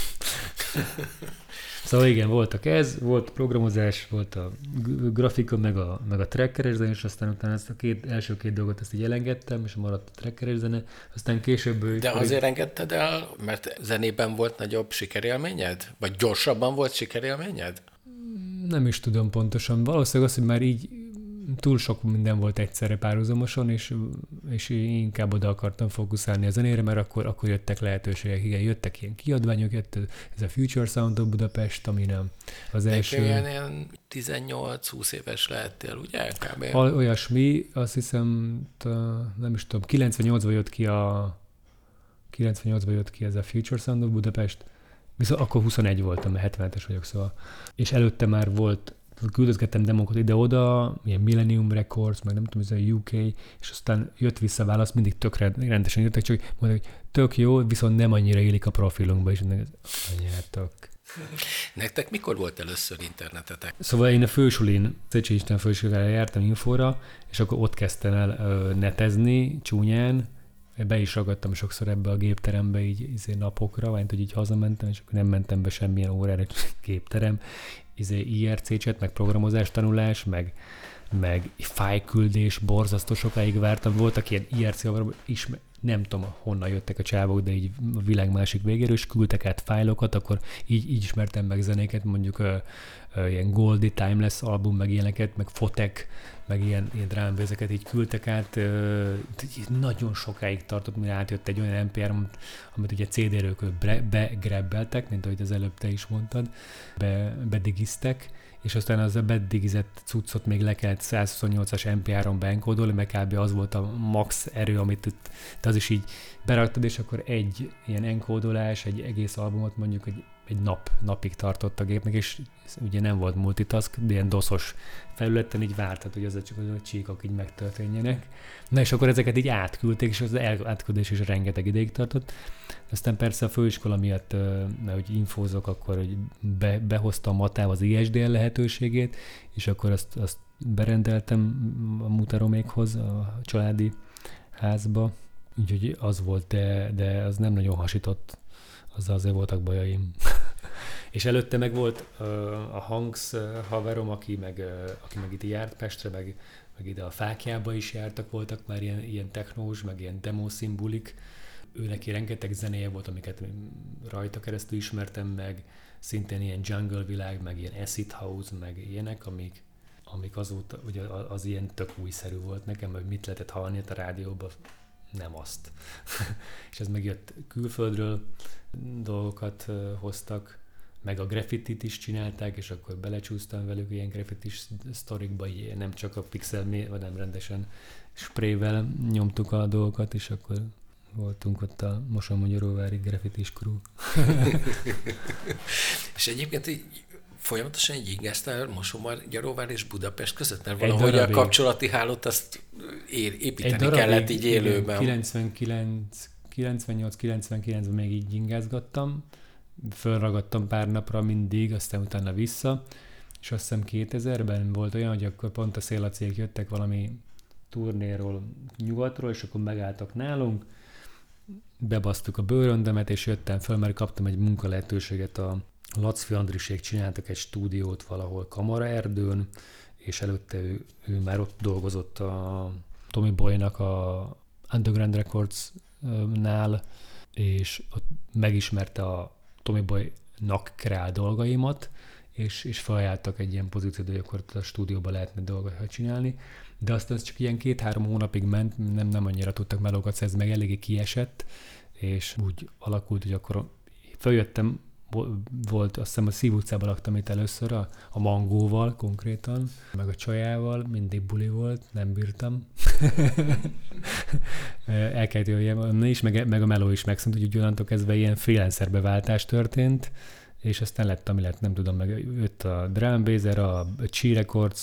Szóval igen, volt programozás, volt a grafika, meg a trackeres zene, és aztán utána ezt első két dolgot ezt így elengedtem, és maradt a trackeres zene, aztán később... De azért engedted el, mert zenében volt nagyobb sikerélményed? Vagy gyorsabban volt sikerélményed? Nem is tudom pontosan. Valószínűleg az, hogy már így túl sok minden volt egyszerre párhuzamosan, és inkább oda akartam fókuszálni a zenére, mert akkor jöttek lehetőségek. Igen, jöttek ilyen kiadványok, ez a Future Sound of Budapest, ami nem az első... Ilyen 18-20 éves lehettél, ugye? Kb. Olyasmi, azt hiszem, nem is tudom, 98-ban jött ki ez a Future Sound of Budapest, viszont akkor 21 voltam, mert 70-es vagyok, szóval. És előtte már volt, küldözgettem demókat ide-oda, ilyen Millennium Records, meg nem tudom, ez a UK, és aztán jött vissza válasz, mindig tök rendesen jöttek, csak mondták, hogy tök jó, viszont nem annyira illik a profilunkba, és anyátok. Nektek mikor volt először internetetek? Szóval én a fősulin, Széchenyi István főiskolára jártam infóra, és akkor ott kezdtem el netezni csúnyán, be is ragadtam sokszor ebbe a gépterembe így napokra, vagy hogy így hazamentem, és akkor nem mentem be semmilyen órára, gépterem, IRC-cset, meg programozás tanulás, meg fájlküldés, borzasztó sokáig vártam. Voltak ilyen IRC is, nem tudom, honnan jöttek a csávok, de így a világ másik végéről, és küldtek át fájlokat, akkor így ismertem meg zenéket, mondjuk ilyen Goldie Timeless album, meg ilyeneket, meg Fotek, meg ilyen drámvézeket így küldtek át. Nagyon sokáig tartott, mire átjött egy olyan NPR, amit ugye CD-ről begrabbeltek, mint ahogy az előbb te is mondtad, bedigiztek, és aztán az a bedigizett cuccot még le kellett 128-as NPR-on benkódolni, mert kb. Az volt a max erő, amit te az is így beraktad, és akkor egy ilyen enkódolás, egy egész albumot mondjuk egy napig tartott a gépnek, és ugye nem volt multitask, de ilyen doszos felületen így vártad, hogy az csak a csíkok így megtörténjenek. Na és akkor ezeket így átküldték, és az átküldés is rengeteg ideig tartott. Aztán persze a főiskola miatt, hogy infózok, akkor hogy behozta a Matáv az ISDN lehetőségét, és akkor azt berendeltem a mutaromékhoz, a családi házba, úgyhogy az volt, de az nem nagyon hasított, azzal azért voltak bajaim. És előtte meg volt a Hanks haverom, aki meg itt járt Pestre, meg ide a Fáklyába is jártak, voltak már ilyen technós, meg ilyen demószimbulik. Ő neki rengeteg zenéje volt, amiket rajta keresztül ismertem meg, szintén ilyen jungle világ, meg ilyen acid house, meg ilyenek, amik azóta, ugye az ilyen tök újszerű volt nekem, hogy mit lehetett hallani a rádióban, nem azt. És ez megjött külföldről, dolgokat hoztak, meg a graffitit is csinálták, és akkor belecsúsztam velük ilyen graffitis sztorikba, nem csak a pixel, hanem rendesen sprayvel nyomtuk a dolgokat, és akkor voltunk ott a Mosonmagyaróvári graffitis crew. És egyébként így folyamatosan így ingáztál Mosonmagyaróvár és Budapest között, mert valahogy a kapcsolati hálót azt építeni kellett így élőben. 98-99-ben még így ingázgattam, fölragadtam pár napra mindig, aztán utána vissza, és azt hiszem 2000-ben volt olyan, hogy akkor pont a szélacék jöttek valami turnéról nyugatról, és akkor megálltak nálunk, bebasztuk a bőröndemet, és jöttem föl, mert kaptam egy munkalehetőséget, a Laczfi Andrisék csináltak egy stúdiót valahol Kamaraerdőn, és előtte ő már ott dolgozott a Tommy Boynak a Underground Records-nál, és ott megismerte a Tommy Boynak kreál dolgaimat, és felajánlottak egy ilyen pozíciót, hogy akkor a stúdióban lehetne dolgokat csinálni. De aztán ez csak ilyen 2-3 hónapig ment, nem annyira tudtak melókat szerezni, meg eléggé kiesett, és úgy alakult, hogy akkor feljöttem, volt, azt hiszem a Szív utcában laktam itt először, a Mangóval konkrétan, meg a csajával, mindig buli volt, nem bírtam. El kellett jöjjem is, meg a meló is megszűnt, úgyhogy onnantól kezdve ilyen freelancer beváltás történt, és aztán lett, ami lett, nem tudom, meg jött a Drum Baser, a Chi Records,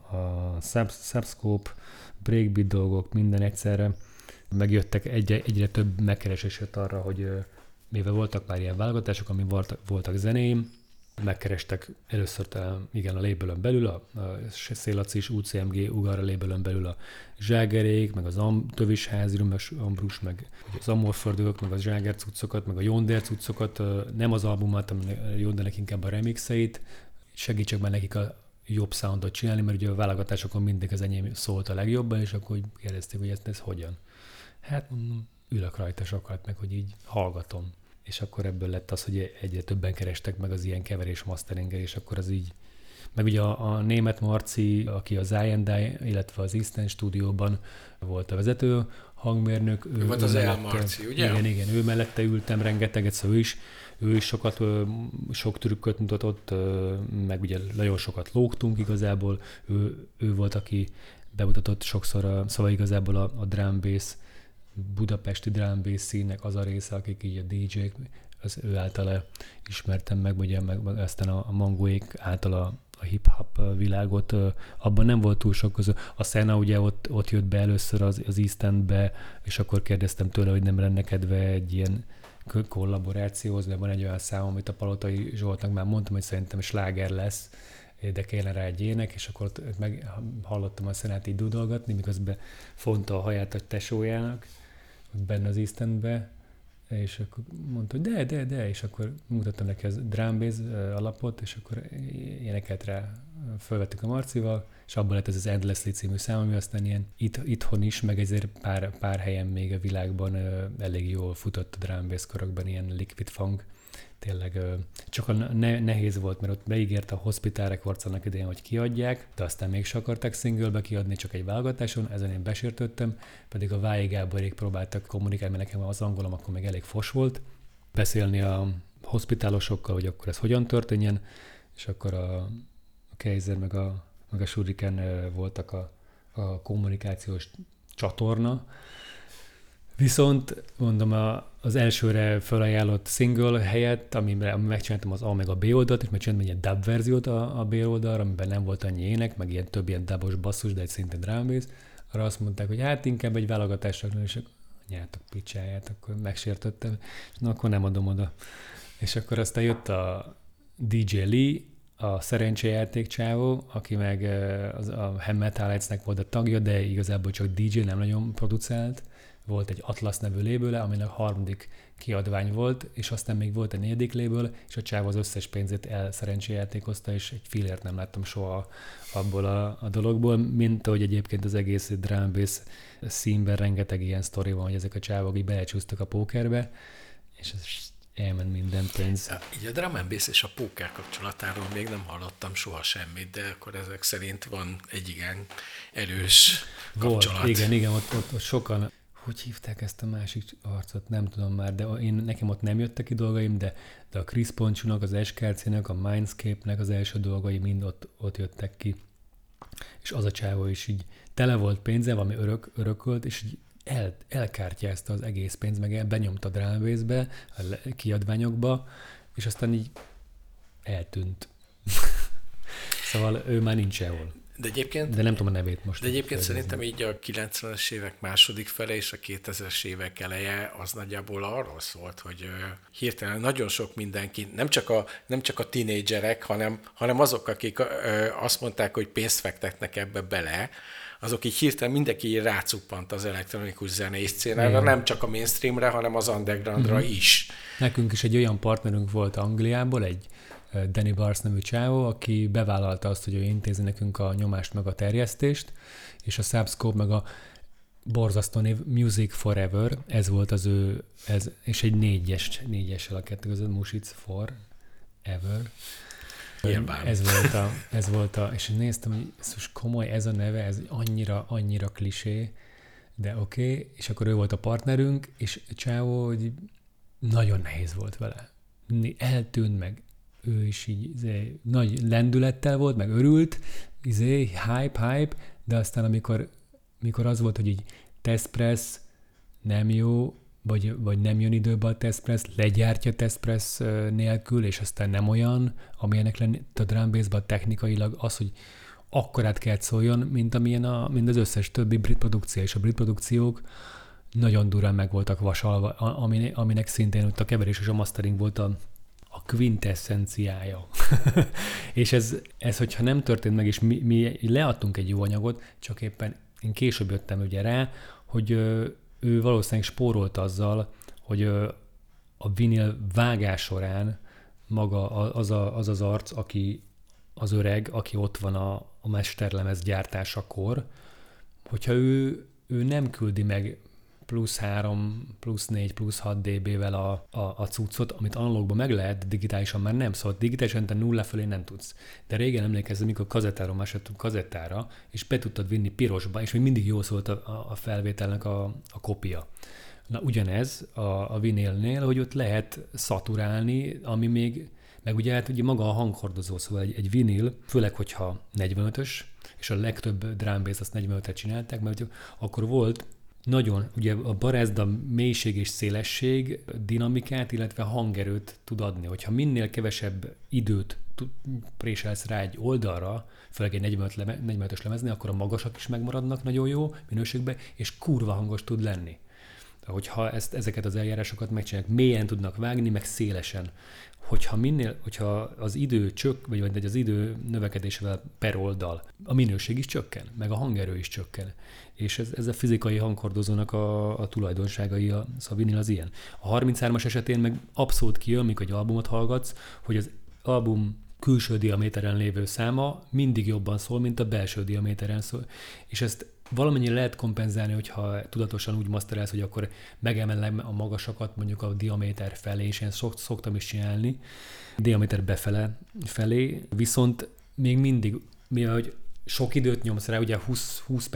a Subscope, breakbeat dolgok, minden egyszerre. Megjöttek egyre több megkeresés jött arra, hogy mivel voltak már ilyen válogatások, ami voltak zenéim, megkerestek először a labelön belül, a Szélacis, UCMG, Ugar a labelön belül a Zságerék, meg az Tövisházi, Römös Ambrus, meg az Amorfördők, meg a Zságer cuccokat, meg a Jonder cuccokat, nem az albumát, hanem Jondernek inkább a remixeit, segítsek már nekik a jobb soundot csinálni, mert ugye a válogatásokon mindig az enyém szólt a legjobban, és akkor kérdezték, hogy ez hogyan. Hát ülök rajta sokat, meg hogy így hallgatom. És akkor ebből lett az, hogy egyre többen kerestek meg az ilyen keverés masteringgel, és akkor az így... Meg ugye a német Marci, aki az I&I, illetve az Eastern stúdióban volt a vezető hangmérnök. Ő volt az El Marci, ugye? Igen, ő mellette ültem rengeteget, szóval ő is sokat, sok trükköt mutatott, meg ugye nagyon sokat lógtunk igazából. Ő volt, aki bemutatott sokszor, szóval igazából a drum bass, budapesti drum bass színnek az a része, akik így a DJ-k, az ő általa ismertem meg, ugye meg aztán a Mangóék általa a hip-hop világot, abban nem volt túl sok közül. A Szena ugye ott jött be először az East Endbe, és akkor kérdeztem tőle, hogy nem lenne kedve egy ilyen kollaborációhoz, mert van egy olyan szám, amit a Palotai Zsoltnak már mondtam, hogy szerintem sláger lesz, de kellene rá egy ének, és akkor ott hallottam a Szenát így dudolgatni, miközben fonta a haját a tesójának, benne az East Endbe, és akkor mondta, hogy de, és akkor mutattam neki az drum bass alapot, és akkor énekelt rá, felvettük a Marcival, és abban lett ez az Endlessly című szám, ami aztán ilyen itthon is, meg ezért pár helyen még a világban elég jól futott a drum bass körökben, ilyen liquid funk. Tényleg csak nehéz volt, mert ott beígért a Hospital Records annak idején, hogy kiadják, de aztán mégsem akarták singlebe kiadni, csak egy válogatáson, ezen én besértődtem, pedig a Vályi Gáborék próbáltak kommunikálni, mert nekem az angolom akkor még elég fos volt, beszélni a hospitálosokkal, hogy akkor ez hogyan történjen, és akkor a Kaiser meg a Shuriken voltak a kommunikációs csatorna. Viszont mondom, az elsőre felajánlott single helyett, amiben megcsináltam az A meg a B oldalt, és megcsináltam egy ilyen dub verziót a B oldalra, amiben nem volt annyi ének, meg ilyen több ilyen dubos basszus, de egy szintén drum bass. Arra azt mondták, hogy hát inkább egy válogatásra, és akkor nyertek picsáját, akkor megsértettem, és na, akkor nem adom oda. És akkor aztán jött a DJ Lee, a szerencséjáték csávó, aki meg a Metal Heads-nek volt a tagja, de igazából csak DJ, nem nagyon produceált. volt egy Atlas nevű lébőle, aminek harmadik kiadvány volt, és aztán még volt egy negyedik léből, és a csávó az összes pénzét elszerencséjátékozta, és egy fillért nem láttam soha abból a dologból, mint ahogy egyébként az egész drum and bass színben rengeteg ilyen sztori van, hogy ezek a csávok így belecsúsztak a pókerbe, és ez elment minden pénz. Így a drum and bass és a póker kapcsolatáról még nem hallottam soha semmit, de akkor ezek szerint van egy igen erős kapcsolat. Volt, igen, ott sokan, hogy hívták ezt a másik arcot, nem tudom már, de nekem ott nem jöttek ki dolgaim, de a Chris Ponchunak, az SKC-nek, a Mindscape-nek az első dolgai mind ott jöttek ki. És az a csávó is így tele volt pénze, valami örökölt, és így elkártyázta az egész pénzt, meg benyomta a drum and bass-be, a kiadványokba, és aztán így eltűnt. Szóval ő már nincs sehol. De nem tudom a nevét most. De egyébként szerintem így a 90-es évek második fele és a 2000-es évek eleje az nagyjából arról szólt, hogy hirtelen nagyon sok mindenki, nem csak a tínédzserek, hanem azok, akik azt mondták, hogy pénzt fektetnek ebbe bele, azok így hirtelen mindenki rácuppant az elektronikus zenei szcénára, nem csak a mainstreamre, hanem az undergroundra is. Nekünk is egy olyan partnerünk volt Angliából, egy Danny Bars nevű csávó, aki bevállalta azt, hogy ő intézi nekünk a nyomást meg a terjesztést, és a Subscope meg a borzasztó név Music Forever, ez volt az ő, és egy négyessel a kettő között, Music Forever. Ez volt a, és néztem, hogy ez most komoly, ez a neve, ez annyira klisé, de oké, és akkor ő volt a partnerünk, és csávó, hogy nagyon nehéz volt vele. Eltűnt meg, ő is így nagy lendülettel volt, meg örült, hype, de aztán amikor az volt, hogy így testpress nem jó, vagy nem jön időbe a testpress, legyártja testpress nélkül, és aztán nem olyan, amilyenek lenni a drum bass-ban technikailag az, hogy akkorát kell szóljon, mint az összes többi brit produkció, és a brit produkciók nagyon durán meg voltak vasalva, aminek szintén ott a keverés és a mastering volt a quintesszenciája. És ez, hogyha nem történt meg, és mi leadtunk egy jó anyagot, csak éppen én később jöttem ugye rá, hogy ő valószínűleg spórolt azzal, hogy a vinil vágás során maga az az arc, az öreg, aki ott van a mesterlemez gyártásakor, hogyha ő nem küldi meg +3, +4, +6 dB-vel a cuccot, amit analógban meg lehet, digitálisan már nem, szóval digitálisan te nulla fölé nem tudsz. De régen emlékeztem, mikor kazettáról másoltunk kazettára, és be tudtad vinni pirosba, és még mindig jó szólt a felvételnek a kopia. Na ugyanez a vinilnél, hogy ott lehet szaturálni, ami még, meg ugye hát ugye maga a hanghordozó, szóval egy vinil, főleg, hogyha 45-ös, és a legtöbb drum bass azt 45-et csinálták, mert akkor volt nagyon, ugye a barázda mélység és szélesség dinamikát, illetve hangerőt tud adni. Hogyha minél kevesebb időt préselsz rá egy oldalra, főleg egy 45-ös lemeznél, akkor a magasak is megmaradnak nagyon jó minőségben, és kurva hangos tud lenni. Hogyha ezeket az eljárásokat megcsinálják, mélyen tudnak vágni, meg szélesen. Hogyha az idő vagy az idő növekedésével per oldal, a minőség is csökken, meg a hangerő is csökken. És ez a fizikai hanghordozónak a tulajdonságai, szóval a vinil az ilyen. A 33-as esetén meg abszolút kijön, mikor egy albumot hallgatsz, hogy az album külső diaméteren lévő száma mindig jobban szól, mint a belső diaméteren szól. És ezt valamennyire lehet kompenzálni, hogyha tudatosan úgy masterelsz, hogy akkor megemelem a magasakat mondjuk a diaméter felé, és én szoktam is csinálni, diaméter felé, viszont még mindig, mivel hogy sok időt nyomsz rá, ugye 20-21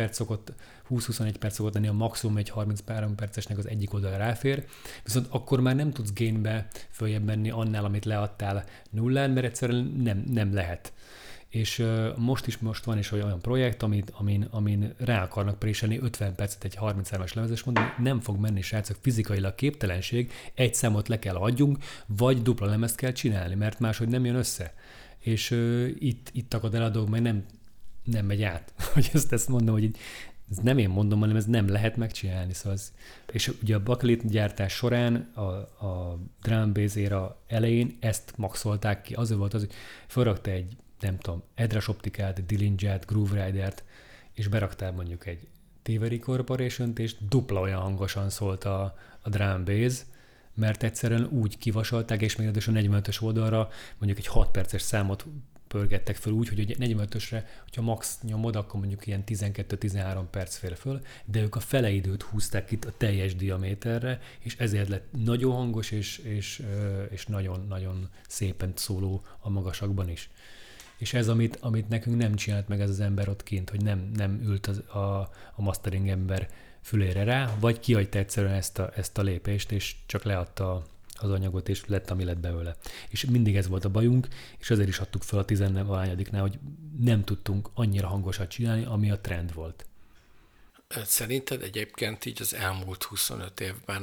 perc szokott lenni a maximum, egy 33 percesnek az egyik oldal ráfér, viszont akkor már nem tudsz gainbe följebb menni annál, amit leadtál nullán, mert egyszerűen nem lehet. És most van is olyan projekt, amin rá akarnak préselni 50 percet egy 33-as lemezes, mondom, nem fog menni, srácok, fizikailag képtelenség, egy számot le kell adjunk, vagy dupla lemezt kell csinálni, mert máshogy nem jön össze. És itt akad el a dolog, mert nem megy át. Hogy ezt mondom, hogy ez nem én mondom, hanem ez nem lehet megcsinálni. Szóval és ugye a bakelit gyártás során a drum bass éra elején ezt maxolták ki. Azért volt az, hogy felrakta egy, nem tudom, Edras optikát, Dillinger-t, Groove Rider-t, és beraktál mondjuk egy Thievery Corporation-t, és dupla olyan hangosan szólt a drum and bass, mert egyszerűen úgy kivasalták, és még a 45-ös oldalra mondjuk egy 6 perces számot pörgettek föl úgy, hogy egy 45-ösre, hogyha max nyomod, akkor mondjuk ilyen 12-13 perc fér föl, de ők a fele időt húzták itt a teljes diaméterre, és ezért lett nagyon hangos, és nagyon-nagyon szépen szóló a magasakban is. És ez, amit nekünk nem csinált meg ez az ember ott kint, hogy nem ült a mastering ember fülére rá, vagy kihagyta egyszerűen ezt a lépést, és csak leadta az anyagot, és lett, ami lett belőle. És mindig ez volt a bajunk, és azért is adtuk fel a 14-nál, hogy nem tudtunk annyira hangosat csinálni, ami a trend volt. Szerinted egyébként így az elmúlt 25 évben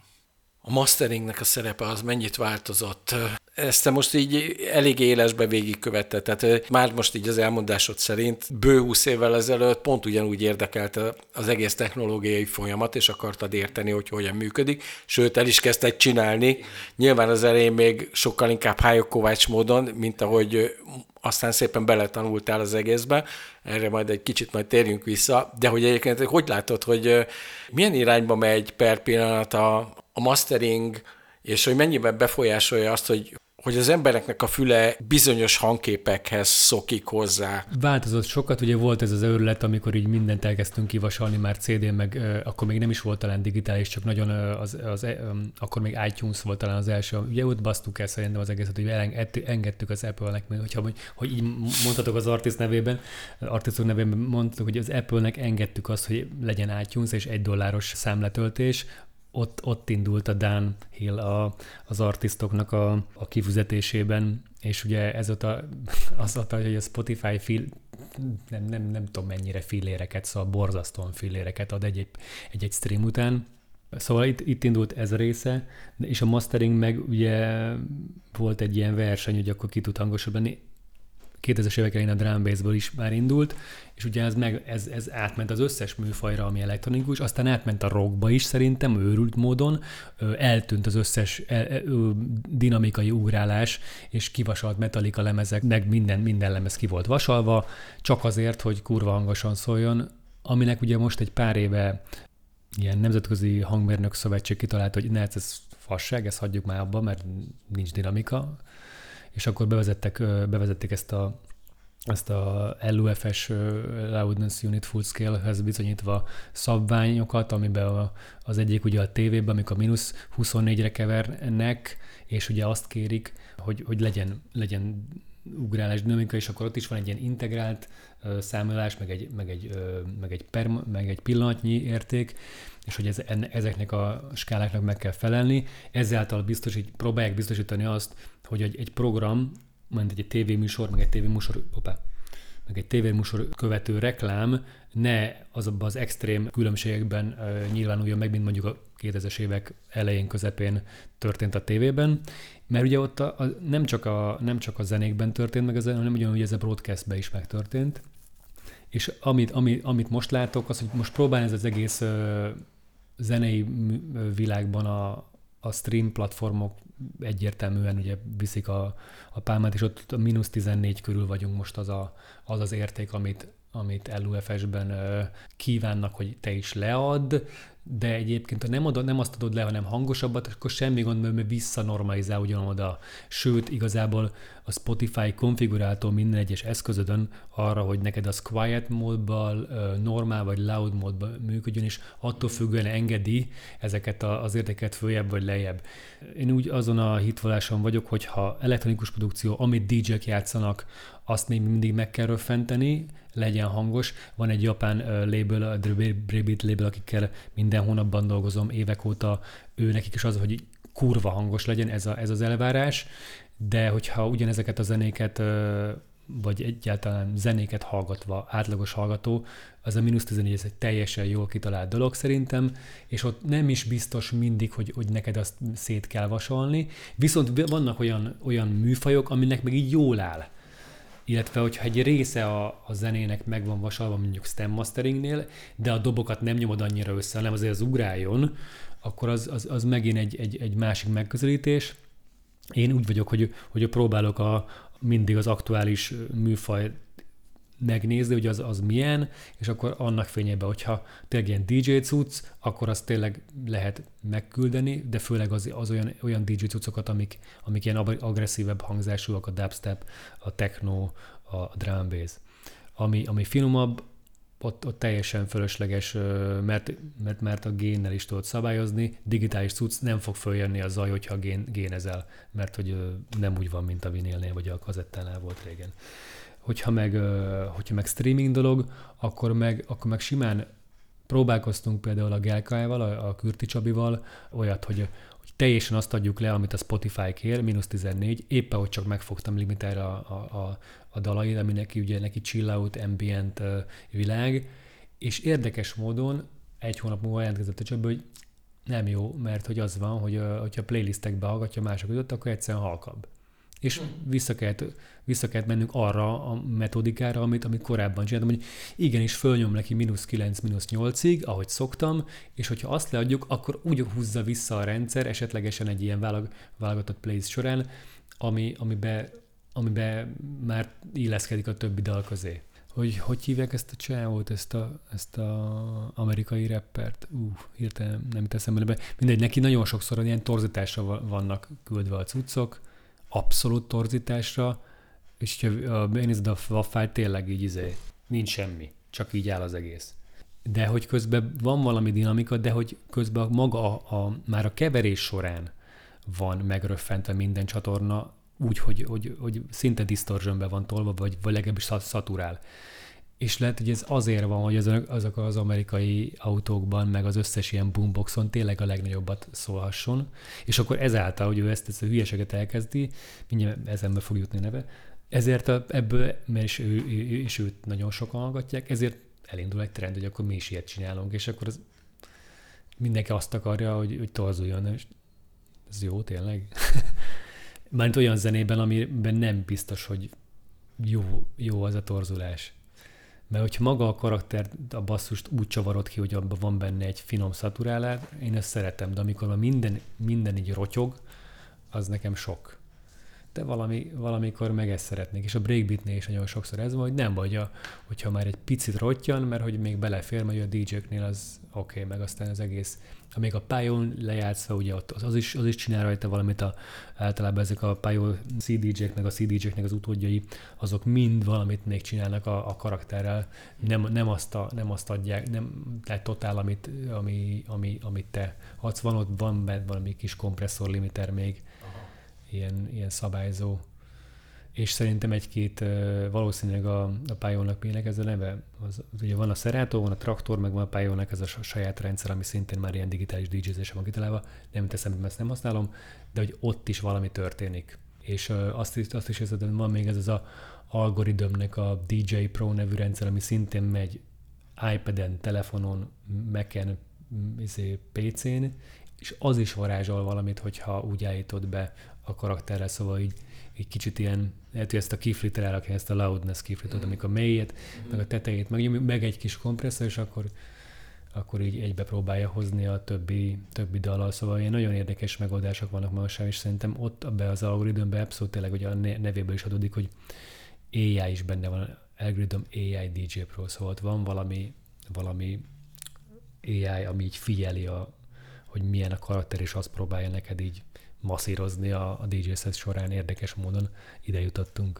a masteringnek a szerepe az mennyit változott? Ezt te most így elég élesbe végigkövetted, tehát már most így az elmondásod szerint bő 20 évvel ezelőtt pont ugyanúgy érdekelte az egész technológiai folyamat, és akartad érteni, hogy hogyan működik, sőt el is kezdted csinálni, nyilván az elején még sokkal inkább Hájok Kovács módon, mint ahogy aztán szépen beletanultál az egészbe, erre majd egy kicsit majd térjünk vissza, de hogy egyébként hogy látod, hogy milyen irányba megy per pillanat a mastering, és hogy mennyiben befolyásolja azt, hogy az embereknek a füle bizonyos hangképekhez szokik hozzá. Változott sokat, ugye volt ez az őrület, amikor így mindent elkezdtünk kivasalni már CD-n, meg akkor még nem is volt talán digitális, csak nagyon akkor még iTunes volt talán az első. Ugye ott basztuk el szerintem az egészet, hogy engedtük az Apple-nek, hogy így mondhatok az artistok nevében mondtuk, hogy az Apple-nek engedtük azt, hogy legyen iTunes és $1 számletöltés. Ott indult a downhill az artistoknak a kifizetésében, és ugye ezóta hogy a Spotify nem tudom mennyire filléreket, szóval borzasztóan filléreket ad egy stream után. Szóval itt indult ez a része, és a mastering meg ugye volt egy ilyen verseny, hogy akkor ki tud hangosabb lenni. 2000-es évek elején a drum bassből is már indult, és ugye ez átment az összes műfajra, ami elektronikus, aztán átment a rockba is szerintem, őrült módon, eltűnt az összes dinamikai ugrálás, és kivasalt Metallica lemezek, meg minden lemez ki volt vasalva, csak azért, hogy kurva hangosan szóljon, aminek ugye most egy pár éve ilyen nemzetközi hangmérnök szövetség kitalálta, hogy ez fasság, ezt hagyjuk már abba, mert nincs dinamika, és akkor bevezették ezt a LUFS Loudness Unit Full Scale-hez bizonyítva szabványokat, amiben az egyik ugye a tévében, amikor -24-re kevernek, és ugye azt kérik, hogy legyen ugrálás dinamika, és akkor ott is van egy ilyen integrált számolás, meg egy pillanatnyi érték, és hogy ezeknek a skáláknak meg kell felelni. Ezáltal próbálják biztosítani azt, hogy egy program, mint egy tévéműsor, meg egy tévéműsor követő reklám ne azokban az extrém különbségekben nyilvánuljon meg, mint mondjuk a 2000-es évek elején, közepén történt a tévében, mert ugye ott nem csak a zenékben történt meg, hanem ugyanúgy ez a broadcastben is megtörtént. És amit most látok, az, hogy most próbálni ez az egész zenei világban a stream platformok egyértelműen ugye viszik a pálmát, és ott a -14 körül vagyunk most az érték, amit LUFS-ben kívánnak, hogy te is leadd, de egyébként ha nem azt adod le, hanem hangosabbat, akkor semmi gond, mert visszanormalizál ugyanoda. Sőt, igazából a Spotify konfiguráltól minden egyes eszközödön arra, hogy neked az quiet módban, normál vagy loud módban működjön, és attól függően engedi ezeket az értéket följebb vagy lejjebb. Én úgy azon a hitvalláson vagyok, hogy ha elektronikus produkció, amit DJ-k játszanak, azt még mindig meg kell röffenteni, legyen hangos. Van egy japán label, a Breakbeat label, akikkel minden hónapban dolgozom évek óta, nekik is az, hogy kurva hangos legyen, ez az elvárás, de hogyha ugyanezeket a zenéket, vagy egyáltalán zenéket hallgatva, átlagos hallgató, az a -14, ez egy teljesen jól kitalált dolog szerintem, és ott nem is biztos mindig, hogy neked azt szét kell vasalni, viszont vannak olyan műfajok, aminek meg így jól áll. Illetve, hogyha egy része a zenének meg van vasalva mondjuk stem masteringnél, de a dobokat nem nyomod annyira össze, hanem azért az ugráljon, akkor az megint egy másik megközelítés. Én úgy vagyok, hogy próbálok mindig az aktuális műfaj megnézni, hogy az milyen, és akkor annak fényében, hogyha tényleg ilyen DJ cucc, akkor azt tényleg lehet megküldeni, de főleg az olyan DJ cuccokat, amik ilyen agresszívebb hangzásúak, a dubstep, a techno, a drum and bass. Ami finomabb, ott teljesen fölösleges, mert a génnel is tudod szabályozni, digitális cucc nem fog följönni a zaj, hogyha génezel, mert hogy nem úgy van, mint a vinilnél, vagy a kazettánál volt régen. Hogyha meg streaming dolog, akkor meg simán próbálkoztunk például a Gelkával, a Kürti Csabival, olyat, hogy teljesen azt adjuk le, amit a Spotify kér, -14, éppen, hogy csak megfogtam limitálni a dalait, ami neki chill out, ambient világ, és érdekes módon egy hónap múlva jelentkezett a Csabi, hogy nem jó, mert hogy az van, hogyha playlistekbe hallgatja mások között, akkor egyszerűen halkabb. És vissza kellett mennünk arra a metodikára, amit korábban csináltam, hogy igenis fölnyom neki -9, -8-ig, ahogy szoktam, és hogyha azt leadjuk, akkor úgy húzza vissza a rendszer, esetlegesen egy ilyen válogatott playlist során, amiben már illeszkedik a többi dal közé. Hogy hívják ezt a csávót, ezt a amerikai rappert? Hirtelen nem teszem be. Mindegy, neki nagyon sokszor ilyen torzításra vannak küldve a cuccok, abszolút torzításra, és ha benézed a waffát, tényleg így nincs semmi, csak így áll az egész. De hogy közben van valami dinamika, de hogy közben maga már a keverés során van megröffentve minden csatorna, úgy, hogy szinte distortionbe van tolva, vagy legalábbis szaturál. És lehet, hogy ez azért van, hogy azok az amerikai autókban, meg az összes ilyen boomboxon tényleg a legnagyobbat szólhasson, és akkor ezáltal, hogy ő ezt a hülyeséget elkezdi, mindjárt eszembe fog jutni neve, ezért ebből, mert és őt nagyon sokan hallgatják, ezért elindul egy trend, hogy akkor mi is ilyet csinálunk, és akkor mindenki azt akarja, hogy torzuljon. Ez jó, tényleg? Mármint olyan zenében, amiben nem biztos, hogy jó az a torzulás. Mert hogyha maga a karakter, a basszust úgy csavarod ki, hogy abban van benne egy finom szaturálás, én ezt szeretem, de amikor már minden így rotyog, az nekem sok. De valamikor meg ezt szeretnék. És a breakbeatnél is nagyon sokszor ez van, hogy nem baj, hogyha már egy picit rottyan, mert hogy még belefér, mert a DJ-knél az oké, meg aztán az egész. Amíg a pályón lejátszva, ugye ott az is csinál rajta valamit, általában ezek a pályó CDJ-k, meg a CDJ-knek az utódjai, azok mind valamit még csinálnak a karakterrel, nem azt adják, tehát totál, amit te adsz. Van valami kis kompresszor limiter még, ilyen szabályzó. És szerintem egy-két valószínűleg a Pioneernak minek ez a neve. Ugye van a Serato, van a Traktor, meg van a Pioneernak ez a saját rendszer, ami szintén már ilyen digitális DJ-zésre van kitalálva. Nem teszem, mert ezt nem használom, de hogy ott is valami történik. És azt is érzed, hogy van még ez az Algorithmnek a DJ Pro nevű rendszer, ami szintén megy iPad-en, telefonon, Mac-en, PC-n, és az is varázsol valamit, hogyha úgy állítod be a karakterrel, szóval így kicsit ilyen, lehet, hogy ezt a kiflit rárakja, ezt a loudness kiflitot, amikor a mélyét, meg a tetejét, meg egy kis kompresszor, és akkor így egybe próbálja hozni a többi dallal. Szóval ilyen nagyon érdekes megoldások vannak manapság, és szerintem ott be az algoritmben abszolút tényleg, hogy a nevéből is adódik, hogy AI is benne van, Algorithm AI DJ Pro, szóval ott van valami AI, ami így figyeli, hogy milyen a karakter, és azt próbálja neked így masszírozni a DJ set során. Érdekes módon ide jutottunk.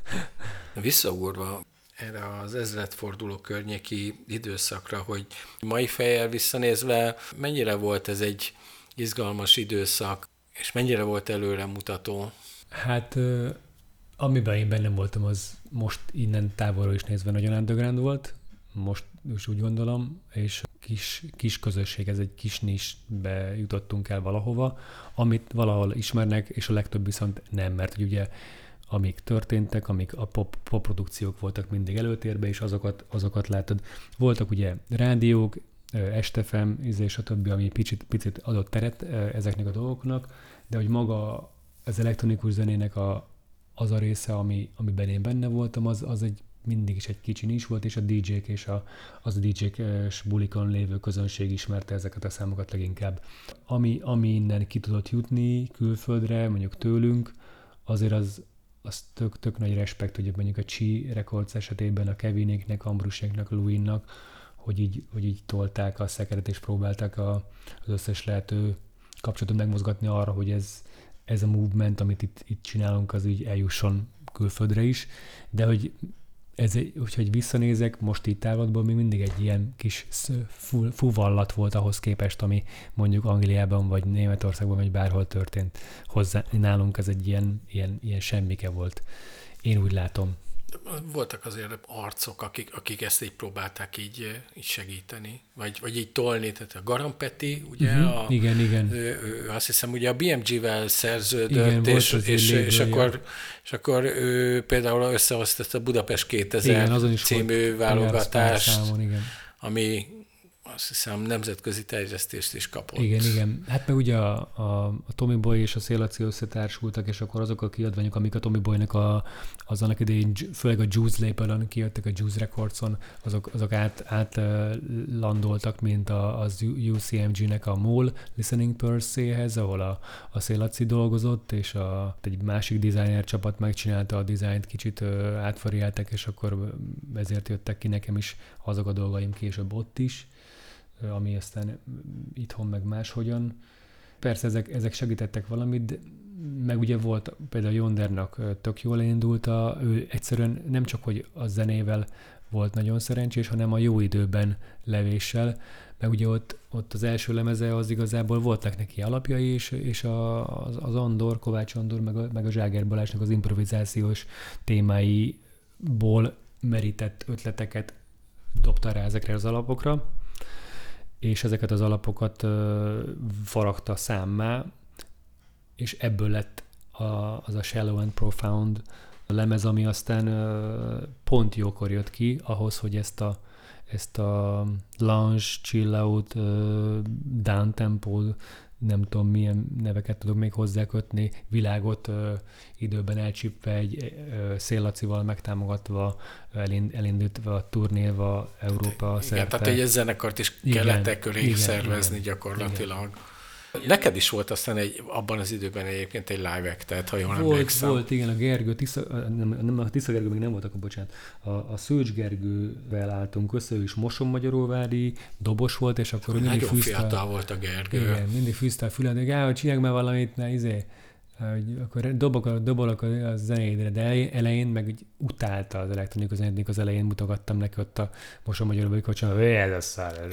Visszaugorva erre az ezredforduló környéki időszakra, hogy mai fejjel visszanézve, mennyire volt ez egy izgalmas időszak, és mennyire volt előremutató? Hát, amiben én bennem voltam, az most innen távolról is nézve nagyon underground volt, most is úgy gondolom, és kis közösség, ez egy kis nisbe jutottunk el valahova, amit valahol ismernek, és a legtöbb viszont nem, mert hogy ugye amik történtek, amik a pop produkciók voltak mindig előtérbe, és azokat látod. Voltak ugye rádiók, Estefem, és a többi, ami picit adott teret ezeknek a dolgoknak, de hogy maga az elektronikus zenének az a része, amiben én benne voltam, az egy mindig is egy kicsi is volt, és a DJ-k és az a DJ-s bulikon lévő közönség ismerte ezeket a számokat leginkább. Ami innen ki tudott jutni külföldre, mondjuk tőlünk, azért az az tök nagy respekt, hogy mondjuk a Chi Records esetében a Kevinéknek, Ambruséknak, Louis-nak, hogy így tolták a szekeret és próbálták az összes lehető kapcsolatot megmozgatni arra, hogy ez a movement, amit itt csinálunk, az így eljusson külföldre is, de hogyha visszanézek, most itt távlatból még mindig egy ilyen kis fuvallat volt ahhoz képest, ami mondjuk Angliában, vagy Németországban, vagy bárhol történt. Hozzá, nálunk ez egy ilyen semmike volt. Én úgy látom. Voltak azért arcok, akik ezt így próbálták így segíteni, vagy így tolni, tehát a Garampeti, ugye? Igen. Ő azt hiszem, ugye a BMG-vel szerződött, igen, és akkor ő például összehozta a Budapest 2000 című válogatást, ami azt hiszem nemzetközi terjesztést is kapott. Igen. Hát meg ugye a Tommy Boy és a Szél-Laci összetársultak, és akkor azok a kiadványok, amik a Tommy Boynak az annak idején, főleg a Juice label-on kijöttek, a Juice Records-on, azok átlandoltak, mint az UCMG-nek a Mole Listening Per-hez, ahol a Szél-Laci dolgozott, és egy másik designer csapat megcsinálta a dizájnt, kicsit átvariáltak, és akkor ezért jöttek ki nekem is azok a dolgaim később ott is, ami aztán itthon meg máshogyan. Persze ezek segítettek valamit, meg ugye volt például Yondernak tök jól indult, ő egyszerűen nem csak, hogy a zenével volt nagyon szerencsés, hanem a jó időben levéssel, meg ugye ott az első lemeze az igazából voltak neki alapjai, és az Andor, Kovács Andor, meg a Zságer Balázsnak az improvizációs témáiból merített ötleteket dobta rá ezekre az alapokra, és ezeket az alapokat faragta számmá, és ebből lett az a Shallow and Profound lemez, ami aztán pont jókor jött ki ahhoz, hogy ezt a lounge, chill out, down tempo, nem tudom milyen neveket tudok még hozzákötni, világot időben elcsípve egy Szél-Lacival megtámogatva, elindítva a turnéva Európa szerte. Igen, tehát egy zenekart is kellett köré szervezni gyakorlatilag. Igen. Neked is volt aztán abban az időben egyébként egy live act, ha jól emlékszem. Volt, igen, a Gergő, a Tisza Gergő még nem volt, akkor bocsánat. A Szőcs Gergővel álltunk össze, ő is Mosonmagyaróvári dobos volt, és akkor mindig nagyon fiatal volt a Gergő. Igen, mindig fűzte a fület, hogy csinálj már valamit, mert akkor dobolok a zenédre, de elején meg úgy utálta az elektronikus zenét, az elején mutogattam neki ott a Mosonmagyaróvári kocson, hogy ez a szár.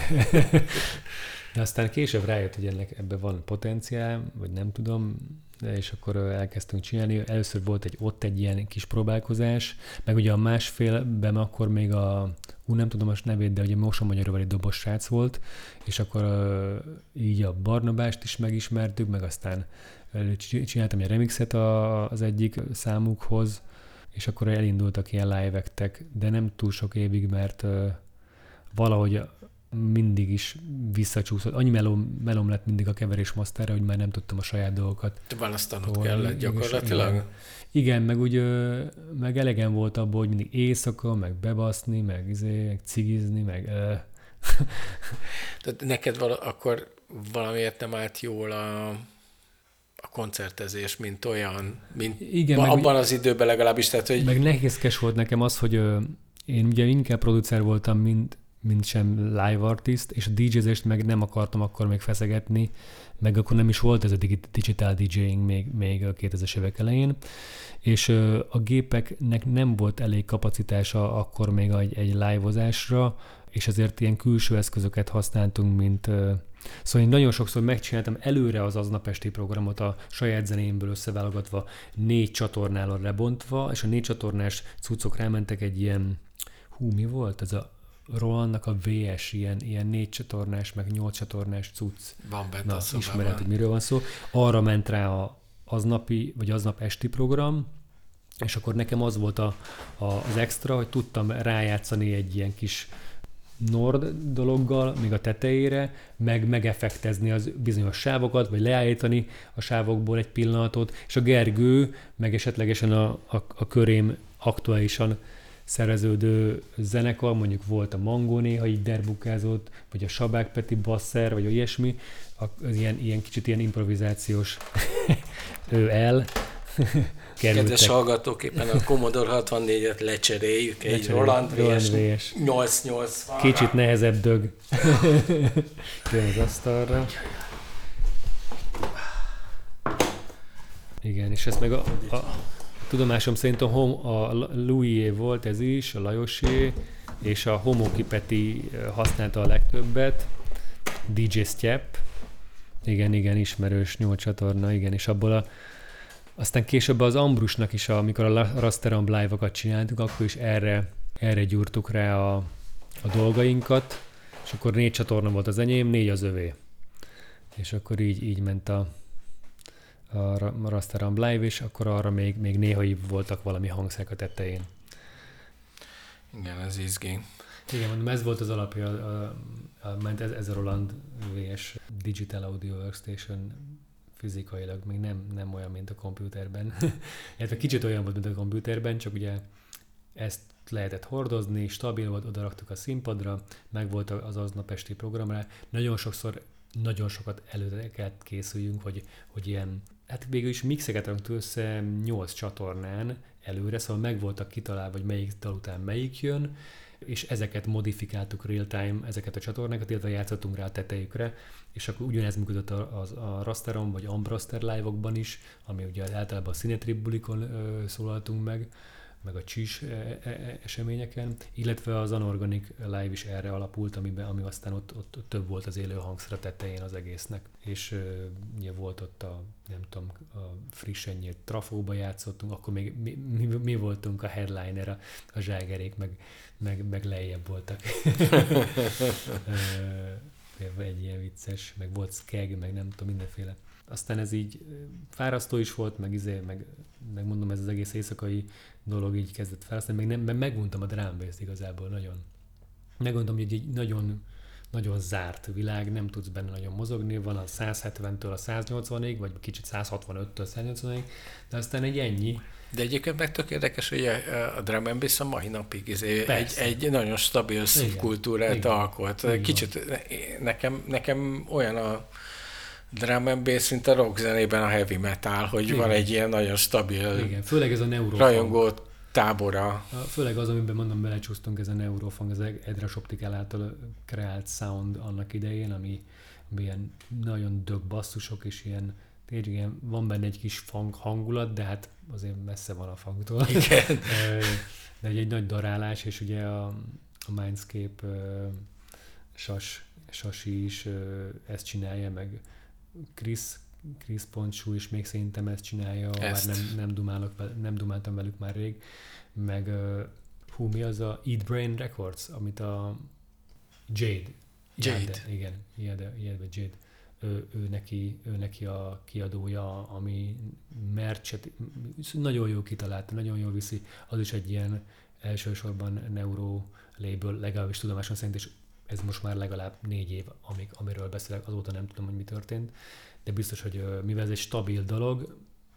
De aztán később rájött, hogy ebben van potenciál, vagy nem tudom, és akkor elkezdtünk csinálni. Először volt egy ilyen kis próbálkozás, meg ugye a másfélben akkor még nem tudom most nevét, de ugye Mosonmagyaróvári dobos srác volt, és akkor így a Barnabást is megismertük, meg aztán csináltam egy remixet az egyik számukhoz, és akkor elindultak ilyen live actek, de nem túl sok évig, mert valahogy mindig is visszacsúszott. Annyi melóm lett mindig a keverés masterre, hogy már nem tudtam a saját dolgokat. Te választanod kellett gyakorlatilag? Igen, meg úgy meg elegem volt abból, hogy mindig éjszaka, meg bebaszni, meg cigizni, meg... Tehát neked akkor valamiért nem állt jól a koncertezés, mint olyan, mint igen, abban az időben legalábbis. Tehát, hogy... Meg nehézkes volt nekem az, hogy én ugye inkább producer voltam, mint sem live artist, és a DJ-zést meg nem akartam akkor még feszegetni, meg akkor nem is volt ez a digital DJing még a 2000-es évek elején, és a gépeknek nem volt elég kapacitása akkor még egy live-ozásra, és ezért ilyen külső eszközöket használtunk, mint... Szóval én nagyon sokszor megcsináltam előre az aznap esti programot a saját zenémből összeválogatva, 4 csatornára lebontva, és a 4 csatornás cuccok rámentek egy ilyen... mi volt? Ez a Rolandnak a VS, ilyen 4 csatornás, meg 8 csatornás cucc. Van benne a szobában. Ismered, hogy miről van szó. Arra ment rá aznapi, vagy aznap esti program, és akkor nekem az volt az extra, hogy tudtam rájátszani egy ilyen kis Nord dologgal, még a tetejére, meg megeffektezni az bizonyos sávokat, vagy leállítani a sávokból egy pillanatot, és a Gergő, meg esetlegesen a körém aktuálisan szerveződő zenekar, mondjuk volt a Mangó néha így derbukázott, vagy a Sabák Peti basszer, vagy ilyesmi, ilyen kicsit ilyen improvizációs kerültek. Kedves hallgatók, éppen a Commodore 64-et lecseréljük egy Roland VS 880. Kicsit nehezebb dög. Jön az asztalra. Igen, és ezt meg a tudomásom szerint a Louis-é volt ez is, a Lajosé, és a Homo Kipeti használta a legtöbbet. DJ Step. Igen, ismerős 8 csatorna, igen, és abból aztán később az Ambrusnak is, amikor a Rasteramp live-okat csináltuk, akkor is erre gyúrtuk rá a dolgainkat, és akkor 4 csatorna volt az enyém, 4 az övé. És akkor így ment a Rasteramp live, és akkor arra még néha voltak valami hangszerek a tetején. Igen, ez izgi. Igen, mondom, ez volt az alapja, ez a Roland VS Digital Audio Workstation fizikailag, még nem olyan, mint a komputerben. Hát kicsit olyan volt, mint a komputerben, csak ugye ezt lehetett hordozni, stabil volt, odaraktuk a színpadra, meg volt az aznap esti programra. Nagyon sokat előre kellett készüljünk, hogy ilyen, hát végül is mixeket raktunk össze 8 csatornán előre, szóval meg voltak kitalálva, hogy melyik dal után melyik jön, és ezeket modifikáltuk real-time, ezeket a csatornákat, illetve játszottunk rá a tetejükre, és akkor ugyanez működött a Rasteron vagy Ambraster live-okban is, ami ugye általában a Cinetrip bulikon szólaltunk meg a Csís eseményeken, illetve az Anorganic Live is erre alapult, ami aztán ott több volt az élő hangszer a tetején az egésznek. És ugye volt ott a frissen nyílt trafóba játszottunk, akkor még mi voltunk a headliner, a zságerék meg lejjebb voltak. Egy ilyen vicces, meg volt skeg, meg nem tudom, mindenféle. Aztán ez így fárasztó is volt, meg mondom, ez az egész éjszakai dolog így kezdett fárasztani, meg meguntam a drum bass-t igazából nagyon. Meguntam, hogy egy nagyon, nagyon zárt világ, nem tudsz benne nagyon mozogni, van a 170-től a 180-ig, vagy kicsit 165-től 180-ig, de aztán egy ennyi. De egyébként meg tök érdekes, hogy a drum and bass a mai napig egy nagyon stabil szubkultúrát alkot. Igen. Kicsit nekem olyan a drum and bass, mint a rock zenében a heavy metal, hogy igen. Van egy ilyen nagyon stabil, igen. Főleg ez a neurofunk. Rajongó tábora. Főleg az, amiben mondom, belecsúsztunk, ez a neurofunk, az Edras Optical által kreált sound annak idején, ami ilyen nagyon dög basszusok, és ilyen van benne egy kis funk hangulat, de hát azért messze van a funktól. Igen. De egy nagy darálás, és ugye a Mindscape Sasi is ezt csinálja, meg Chris Poncsú is még szerintem ezt csinálja, ezt. Már nem dumáltam velük már rég, meg mi az a Eat Brain Records, amit a Jade. Igen, Jade. Ő neki a kiadója, ami merchet nagyon jó kitalálta, nagyon jól viszi, az is egy ilyen elsősorban neuro label, legalábbis tudomásom szerint, és ez most már legalább 4 év, amiről beszélek, azóta nem tudom, hogy mi történt, de biztos, hogy mivel ez egy stabil dolog,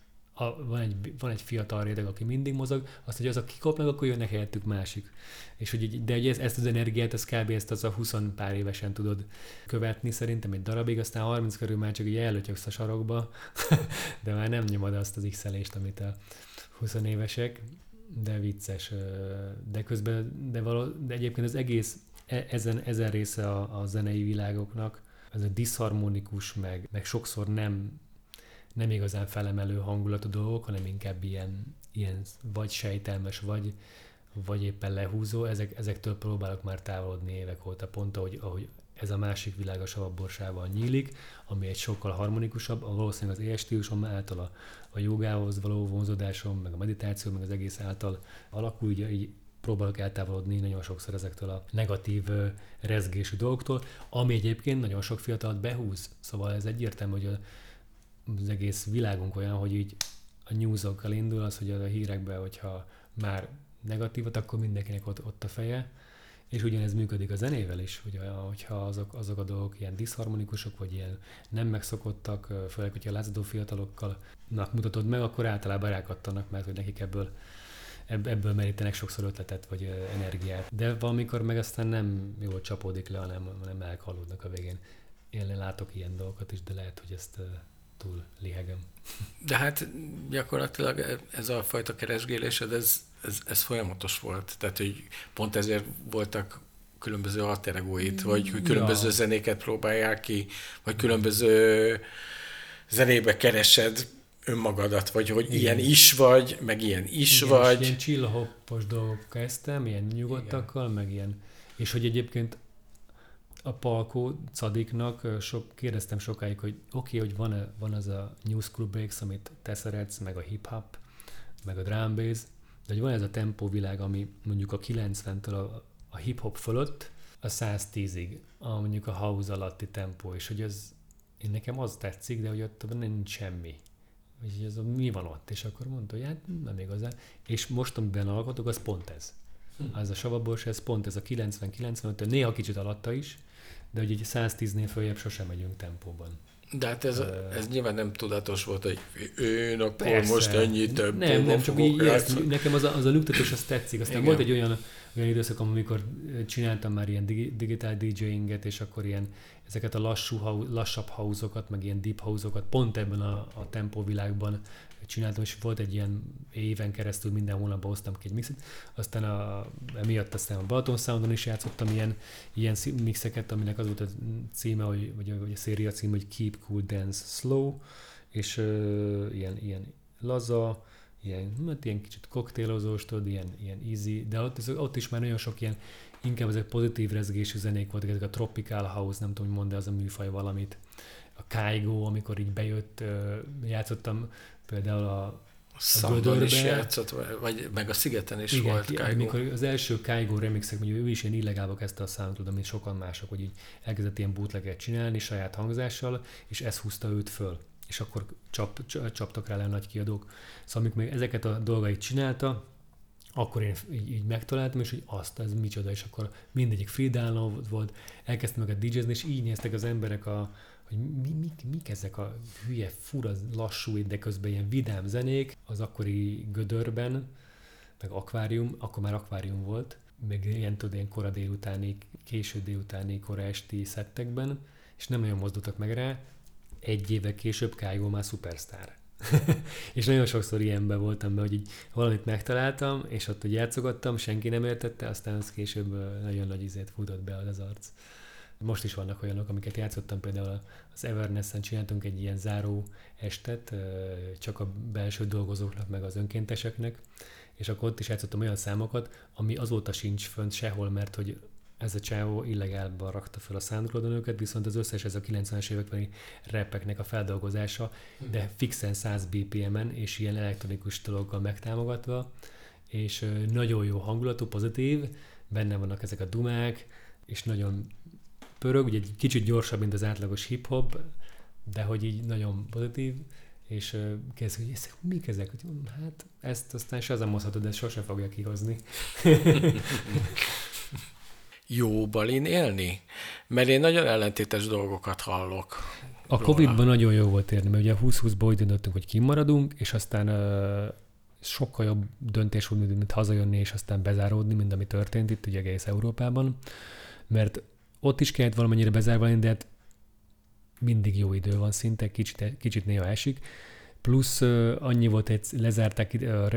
van egy fiatal réteg, aki mindig mozog, azt, hogy az, aki kopnak, akkor jönnek helyettük másik. És de ezt az energiát, ezt kb. Ezt az a 20 pár évesen tudod követni szerintem egy darabig, aztán 30 körül már csak így ellötyögsz a sarokba, de már nem nyomod azt az x-elést, amit a 20 évesek, de vicces. De közben, de egyébként az egész ezen része a zenei világoknak, ez a diszharmonikus, meg sokszor nem igazán felemelő hangulatú dolgok, hanem inkább ilyen vagy sejtelmes, vagy éppen lehúzó, ezektől próbálok már távolodni évek óta, pont ahogy ez a másik világ a savabborsával nyílik, ami egy sokkal harmonikusabb, valószínűleg az éles stílusom által a jogához való vonzódásom, meg a meditáció, meg az egész által alakul, így próbálok eltávolodni nagyon sokszor ezektől a negatív rezgésű dolgoktól, ami egyébként nagyon sok fiatalt behúz. Szóval ez egyértelmű, hogy az egész világunk olyan, hogy így a newsokkal indul az, hogy a hírekben, hogyha már negatívat, akkor mindenkinek ott a feje, és ugyanez működik a zenével is, hogyha azok a dolgok ilyen diszharmonikusok, vagy ilyen nem megszokottak, főleg, hogyha lázadó fiatalokkal mutatod meg, akkor általában rákattanak, mert hogy nekik ebből merítenek sokszor ötletet, vagy energiát. De valamikor meg aztán nem jól csapódik le, hanem elkalódnak a végén. Én látok ilyen dolgokat is, de lehet, hogy ezt túl lihegem. De hát gyakorlatilag ez a fajta keresgélésed, ez folyamatos volt. Tehát, hogy pont ezért voltak különböző alter egóid, vagy hogy különböző zenéket próbálják ki, vagy különböző zenébe keresed önmagadat, vagy hogy ilyen is vagy, meg ilyen is vagy. Ilyen chill-hoppos dolgok kezdtem, ilyen nyugodtakkal, meg ilyen. És hogy egyébként a Palkó Cadiknak kérdeztem sokáig, hogy oké, hogy van az a New School Breaks, amit te szeretsz, meg a hip-hop, meg a drum bass, de hogy van ez a tempóvilág, ami mondjuk a 90-től a hip-hop fölött a 110-ig, mondjuk a house alatti tempó, és hogy nekem az tetszik, de hogy ott nincs semmi. És ez mi van ott? És akkor mondta, hogy hát nem igazán. És most, amiben alkotok, az pont ez. Az a savabors, ez pont ez a 90-95, néha kicsit alatta is, de hogy egy 110-nél följebb sosem megyünk tempóban. De hát ez nyilván nem tudatos volt, hogy én akkor persze. most ennyi több. Nem, csak így nekem az a lüktetés, az tetszik. Aztán volt egy olyan időszak, amikor csináltam már ilyen digitál DJ-inget, és akkor ilyen ezeket a lassabb house-okat, meg ilyen deep house-okat pont ebben a tempóvilágban csináltam, és volt egy ilyen éven keresztül minden hónapban hoztam ki egy mixet. Aztán emiatt a Balaton Soundon is játszottam ilyen mixeket, aminek az volt a címe, vagy a széria címe, hogy Keep Cool Dance Slow, és ilyen laza, ilyen kicsit koktélozós, tudod, ilyen easy, de ott is már nagyon sok ilyen, inkább ezek pozitív rezgésű zenék voltak, ezek a Tropical House, nem tudom, hogy mondd az a műfaj valamit. A Kaigo, amikor így bejött, játszottam például a Gödörbe is játszott, vagy meg a Szigeten is volt Kaigo. Amikor az első Kaigo remixek, mondjuk ő is ilyen illegálba kezdte a SoundCloud, mint sokan mások, hogy így elkezdett ilyen bootleget csinálni saját hangzással, és ez húzta őt föl. És akkor csaptak rá le nagy kiadók. Szóval amikor még ezeket a dolgait csinálta, akkor én így megtaláltam, és hogy ez micsoda, és akkor mindegyik free download volt, elkezdtem meg a DJ-zni, és így néztek az emberek, hogy mik ezek a hülye, fura, lassú, de közben ilyen vidám zenék, az akkori Gödörben, meg akvárium, akkor már akvárium volt, meg ilyen kora délutáni, késő délutáni, kora esti szettekben, és nem nagyon mozdultak meg rá. Egy évvel később Kaigo már szupersztár. És nagyon sokszor ilyenben voltam be, hogy így valamit megtaláltam, és ott, hogy játszogattam, senki nem értette, aztán az később nagyon nagy izét futott be az arc. Most is vannak olyanok, amiket játszottam, például az Everness-en csináltunk egy ilyen záró estet, csak a belső dolgozóknak, meg az önkénteseknek, és akkor ott is játszottam olyan számokat, ami azóta sincs fönt sehol, mert hogy ez a csávó illegálban rakta fel a SoundCloudon őket, viszont az összes ez a 90-es évekbeli rappeknek a feldolgozása, de fixen 100 BPM-en, és ilyen elektronikus dologgal megtámogatva, és nagyon jó hangulatú, pozitív, benne vannak ezek a dumák, és nagyon pörög, ugye egy kicsit gyorsabb, mint az átlagos hip-hop, de hogy így nagyon pozitív, és kezd, hogy mik ezek? Hát ezt aztán sazamozhatod, de ezt sose fogja kihozni. Jó balin élni? Mert én nagyon ellentétes dolgokat hallok. A Covid-ban nagyon jó volt érni, mert ugye 2020-ból úgy döntöttünk, hogy kimaradunk, és aztán sokkal jobb döntés volt, mint hazajönni, és aztán bezáródni, mint ami történt itt ugye egész Európában, mert ott is kellett valamennyire bezárva lenni, de hát mindig jó idő van szinte, kicsit néha esik. Plusz annyi volt, hogy lezárták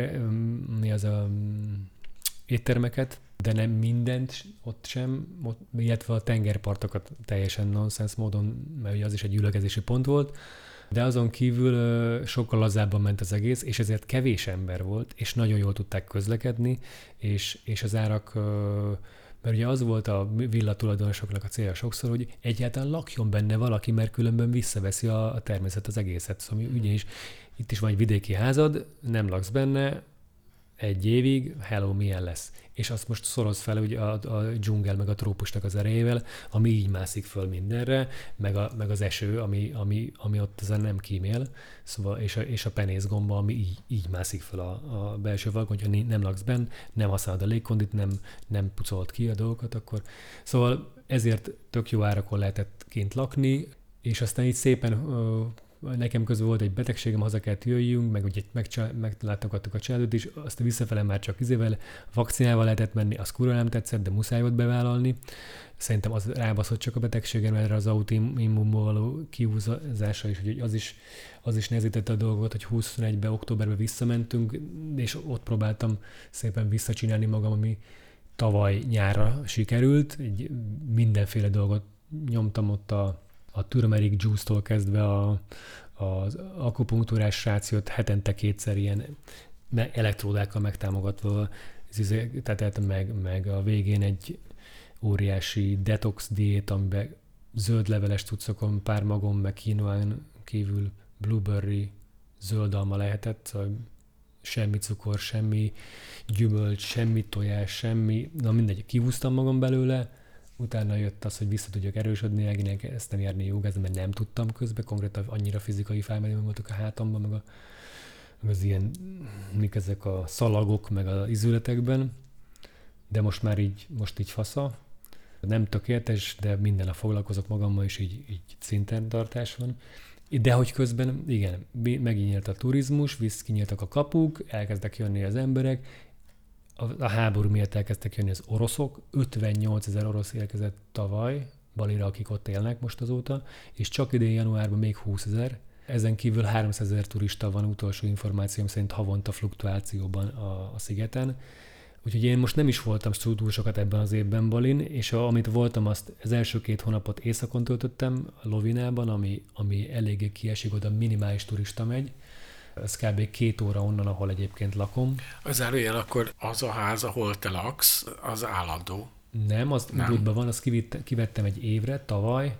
éttermeket, de nem mindent ott sem, illetve a tengerpartokat teljesen nonsense módon, mert ugye az is egy gyülekezési pont volt, de azon kívül sokkal lazábban ment az egész, és ezért kevés ember volt, és nagyon jól tudták közlekedni, és az árak, mert ugye az volt a villa tulajdonosoknak a célja sokszor, hogy egyáltalán lakjon benne valaki, mert különben visszaveszi a természet az egészet. Szóval ugyanis itt is van egy vidéki házad, nem laksz benne, egy évig, hello, milyen lesz. És azt most szoroz fel ugye a dzsungel, meg a trópusnak az erejével, ami így mászik föl mindenre, meg az eső, ami ott ezen nem kímél, szóval, és a penészgomba, ami így mászik föl a belső falkon, hogyha nem laksz benn, nem használod a légkondit, nem pucolod ki a dolgokat, akkor... Szóval ezért tök jó árakon lehetett kint lakni, és aztán így szépen nekem közben volt egy betegségem, haza kellett jöjjünk, meg ugye meglátogattuk a családot is, azt visszafele már csak vakcinával lehetett menni, az kurva nem tetszett, de muszáj volt bevállalni. Szerintem az rábaszott csak a betegségem, erre az autoimmunból való kihúzása is, hogy az is nehezítette a dolgot, hogy 21-ben, októberben visszamentünk, és ott próbáltam szépen visszacsinálni magam, ami tavaly nyárra sikerült. Mindenféle dolgot nyomtam ott a turmeric juice-tól kezdve az akupunktúrás srációt hetente 2-szer ilyen elektródákkal megtámogatva, tehát meg a végén egy óriási detox diét, amiben zöldleveles cuccokon, pár magom, meg kínoán kívül blueberry, zöldalma lehetett, szóval semmi cukor, semmi gyümölcs, semmi tojás, semmi, na mindegy, kihúztam magam belőle, utána jött az, hogy vissza tudjak erősödni, elkezdtem járni jogázni, mert nem tudtam közben, konkrétan annyira fizikai fájdalmak voltak a hátamban, meg az ilyen, mik ezek a szalagok, meg az izületekben, de most így fasza. Nem tökéletes, de minden nap foglalkozok magammal, és így szinten tartás van. De hogy közben, igen, megint a turizmus, kinyíltak a kapuk, elkezdtek jönni az emberek, a háború miatt elkezdtek jönni az oroszok, 58 000 orosz érkezett tavaly Balira, akik ott élnek most azóta, és csak idén januárban még 20 000. Ezen kívül 300 000 turista van utolsó információm szerint havonta fluktuációban a szigeten. Úgyhogy én most nem is voltam túl sokat ebben az évben Balin, és amit voltam, azt az első 2 hónapot éjszakon töltöttem a Lovinában, ami eléggé kiesik, oda minimális turista megy. Ez kb. 2 óra onnan, ahol egyébként lakom. Az előjel akkor az a ház, ahol te laksz, az állandó. Nem, az Budban van, azt kivettem egy évre, tavaly.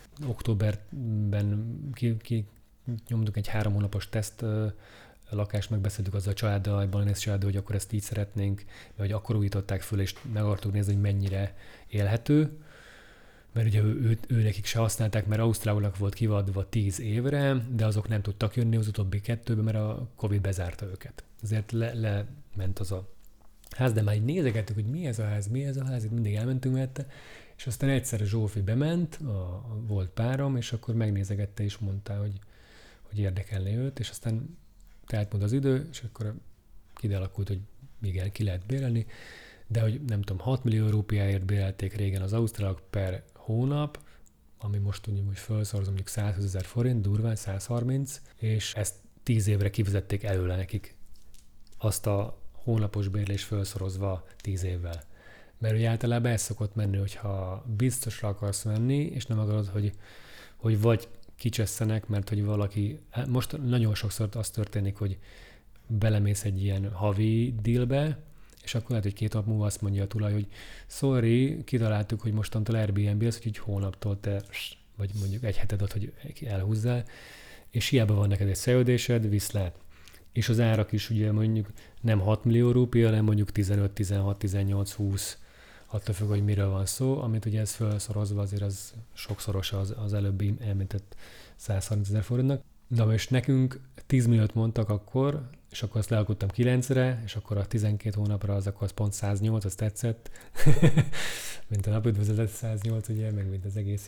Októberben nyomtunk egy 3 hónapos teszt lakást, megbeszéltük azzal a családdal, a balinész családdal, hogy akkor ezt így szeretnénk, mert hogy akkor újították föl, és meg akartuk nézni, hogy mennyire élhető. Mert ugye ő nekik se használták, mert Ausztráliának volt kivadva 10 évre, de azok nem tudtak jönni az utóbbi 2-ben, mert a Covid bezárta őket. Ezért lement az a ház, de már így nézegettük, hogy mi ez a ház, itt mindig elmentünk mellette, és aztán egyszer Zsófi bement, volt párom, és akkor megnézegette, és mondta, hogy érdekelné őt, és aztán teltmúlt az idő, és akkor kialakult, hogy igen, ki lehet bérelni, de hogy nem tudom, 6 millió rupiáért bérelték régen az ausztrálok per hónap, ami most úgy felszorozom mondjuk 120 000 forint, durván 130, és ezt 10 évre kifizették előle nekik azt a hónapos bérlés felszorozva 10 évvel. Mert ugye általában ez szokott menni, hogyha biztosra akarsz menni, és nem akarod, hogy vagy kicsesszenek, mert hogy valaki, most nagyon sokszor az történik, hogy belemész egy ilyen havi dealbe, és akkor lehet, hogy 2 nap múlva azt mondja a tulaj, hogy sorry, kitaláltuk, hogy mostantól Airbnb lesz, úgyhogy hónaptól te, vagy mondjuk egy heted ad, hogy elhúzzál, és hiába van neked egy szerződésed, viszlát. És az árak is ugye mondjuk nem 6 millió rupia, hanem mondjuk 15, 16, 18, 20, attól függ, hogy miről van szó, amit ugye ez felszorozva azért az sokszoros az előbbi elmentett 130 000 forintnak. Na most nekünk 10 milliót mondtak akkor, és akkor azt lealkottam 9-re, és akkor a 12 hónapra az akkor az pont 108, az tetszett. Mint a napüdvözlet 108, ugye, meg mint az egész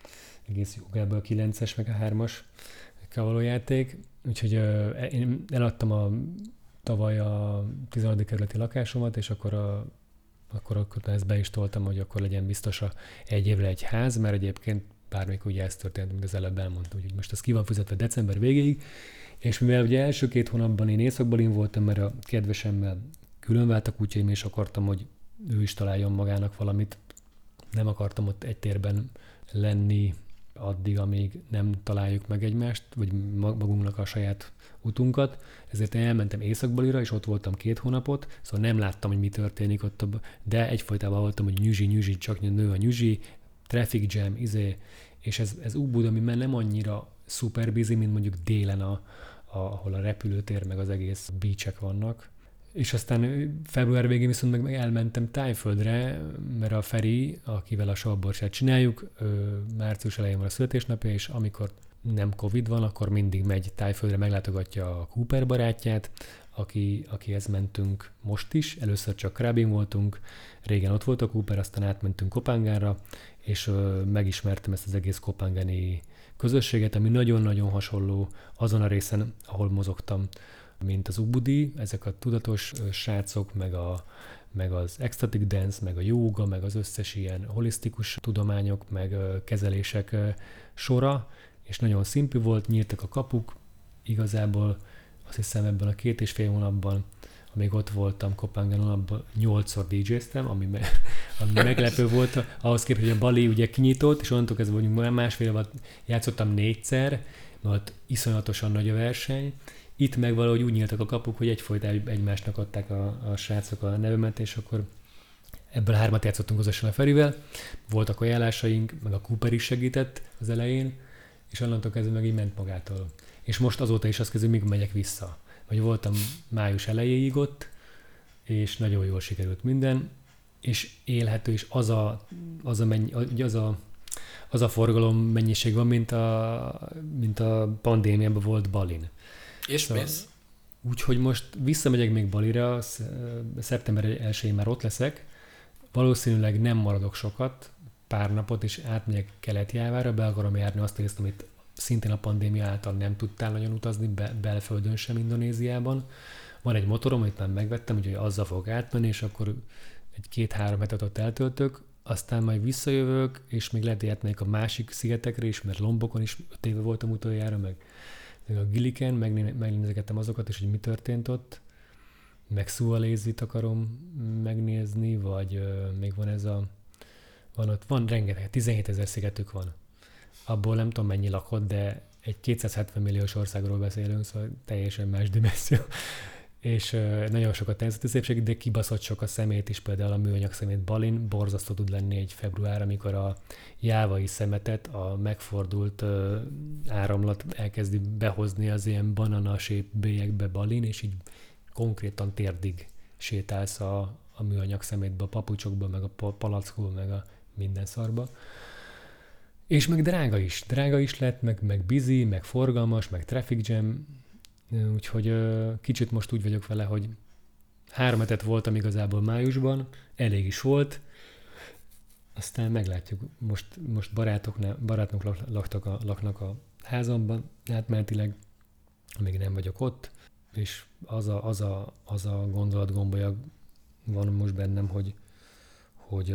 jogában a 9-es, meg a 3-as való játék. Úgyhogy én eladtam tavaly a 16. kerületi lakásomat, és akkor ezt be is toltam, hogy akkor legyen biztos egy évre egy ház, mert egyébként bármikor ugye ez történt, mint az előbb elmondtam, hogy most ez ki van fizetve december végéig, és mivel ugye első 2 hónapban én Észak-Balin voltam, mert a kedvesemmel külön váltak útjaim, és akartam, hogy ő is találjon magának valamit. Nem akartam ott egy térben lenni addig, amíg nem találjuk meg egymást, vagy magunknak a saját utunkat. Ezért én elmentem Észak-Balira, és ott voltam 2 hónapot, szóval nem láttam, hogy mi történik ott, de egyfolytában voltam, hogy nyüzsi, csak nő a nyüzsi, traffic jam, és ez Ubud, ami már nem annyira szuper busy, mint mondjuk délen, ahol a repülőtér, meg az egész beachek vannak. És aztán február végén viszont meg elmentem Tájföldre, mert a Feri, akivel a savborsát csináljuk, március elején van a születésnapja, és amikor nem Covid van, akkor mindig megy Tájföldre, meglátogatja a Cooper barátját, akihez mentünk most is. Először csak Krabi voltunk, régen ott volt a Cooper, aztán átmentünk Kopangánra, és megismertem ezt az egész kopangani közösséget, ami nagyon-nagyon hasonló azon a részen, ahol mozogtam, mint az Ubudi, ezek a tudatos srácok, meg az ecstatic dance, meg a jóga, meg az összes ilyen holisztikus tudományok, meg kezelések sora, és nagyon szimpli volt, nyíltak a kapuk, igazából azt hiszem ebben a 2,5 hónapban, amíg ott voltam Kopenhágában, abban 8-szor DJ-ztem, ami meglepő volt, ahhoz képest, hogy a Bali ugye kinyitott, és onnantól kezdve mondjuk másfél évet játszottam 4-szer, mert iszonyatosan nagy a verseny. Itt meg valahogy úgy nyíltak a kapuk, hogy egyfolytában egymásnak adták a srácok a nevemet, és akkor ebből 3-at játszottunk közösen a Ferivel. Voltak ajánlásaink, meg a Cooper is segített az elején, és onnantól kezdve meg így ment magától. És most azóta is azt kezdve, míg megyek vissza. Vagy voltam május elejéig ott, és nagyon jól sikerült minden, és élhető, és az a forgalom mennyiség van, mint a pandémiában volt Balin. És szóval, úgyhogy most visszamegyek még Balira, szeptember 1-én már ott leszek, valószínűleg nem maradok sokat, pár napot, és átmegyek Kelet-Jávára, be akarom járni azt részt, amit szintén a pandémia által nem tudtál nagyon utazni, belföldön sem Indonéziában. Van egy motorom, amit már megvettem, úgyhogy azzal fogok átmenni, és akkor egy 2-3 hetet ott eltöltök, aztán majd visszajövök, és még lehet, hogy átmegyek a másik szigetekre is, mert Lombokon is 5 éve voltam utoljára, meg a Giliken, megnézegettem azokat is, hogy mi történt ott, meg Sualézit akarom megnézni, vagy még van van rengeteg, 17 000 szigetük van. Abból nem tudom mennyi lakott, de egy 270 milliós országról beszélünk, szóval teljesen más dimenzió. És nagyon sok a természeti szépség, de kibaszott sok a szemét is, például a műanyag szemét Balin, borzasztó tud lenni egy február, amikor a jávai szemetet, a megfordult áramlat elkezdi behozni az ilyen banana-shape bélyegbe Balin, és így konkrétan térdig sétálsz a műanyag szemétbe, a papucsokba, meg a palackba, meg a minden szarba. És meg drága is lett, meg busy, meg forgalmas, meg traffic jam, úgyhogy kicsit most úgy vagyok vele, hogy 3 hetet voltam igazából májusban, elég is volt, aztán meglátjuk, most barátok laknak a házamban, átmenetileg, még nem vagyok ott, és az a gondolatgombolya van most bennem, hogy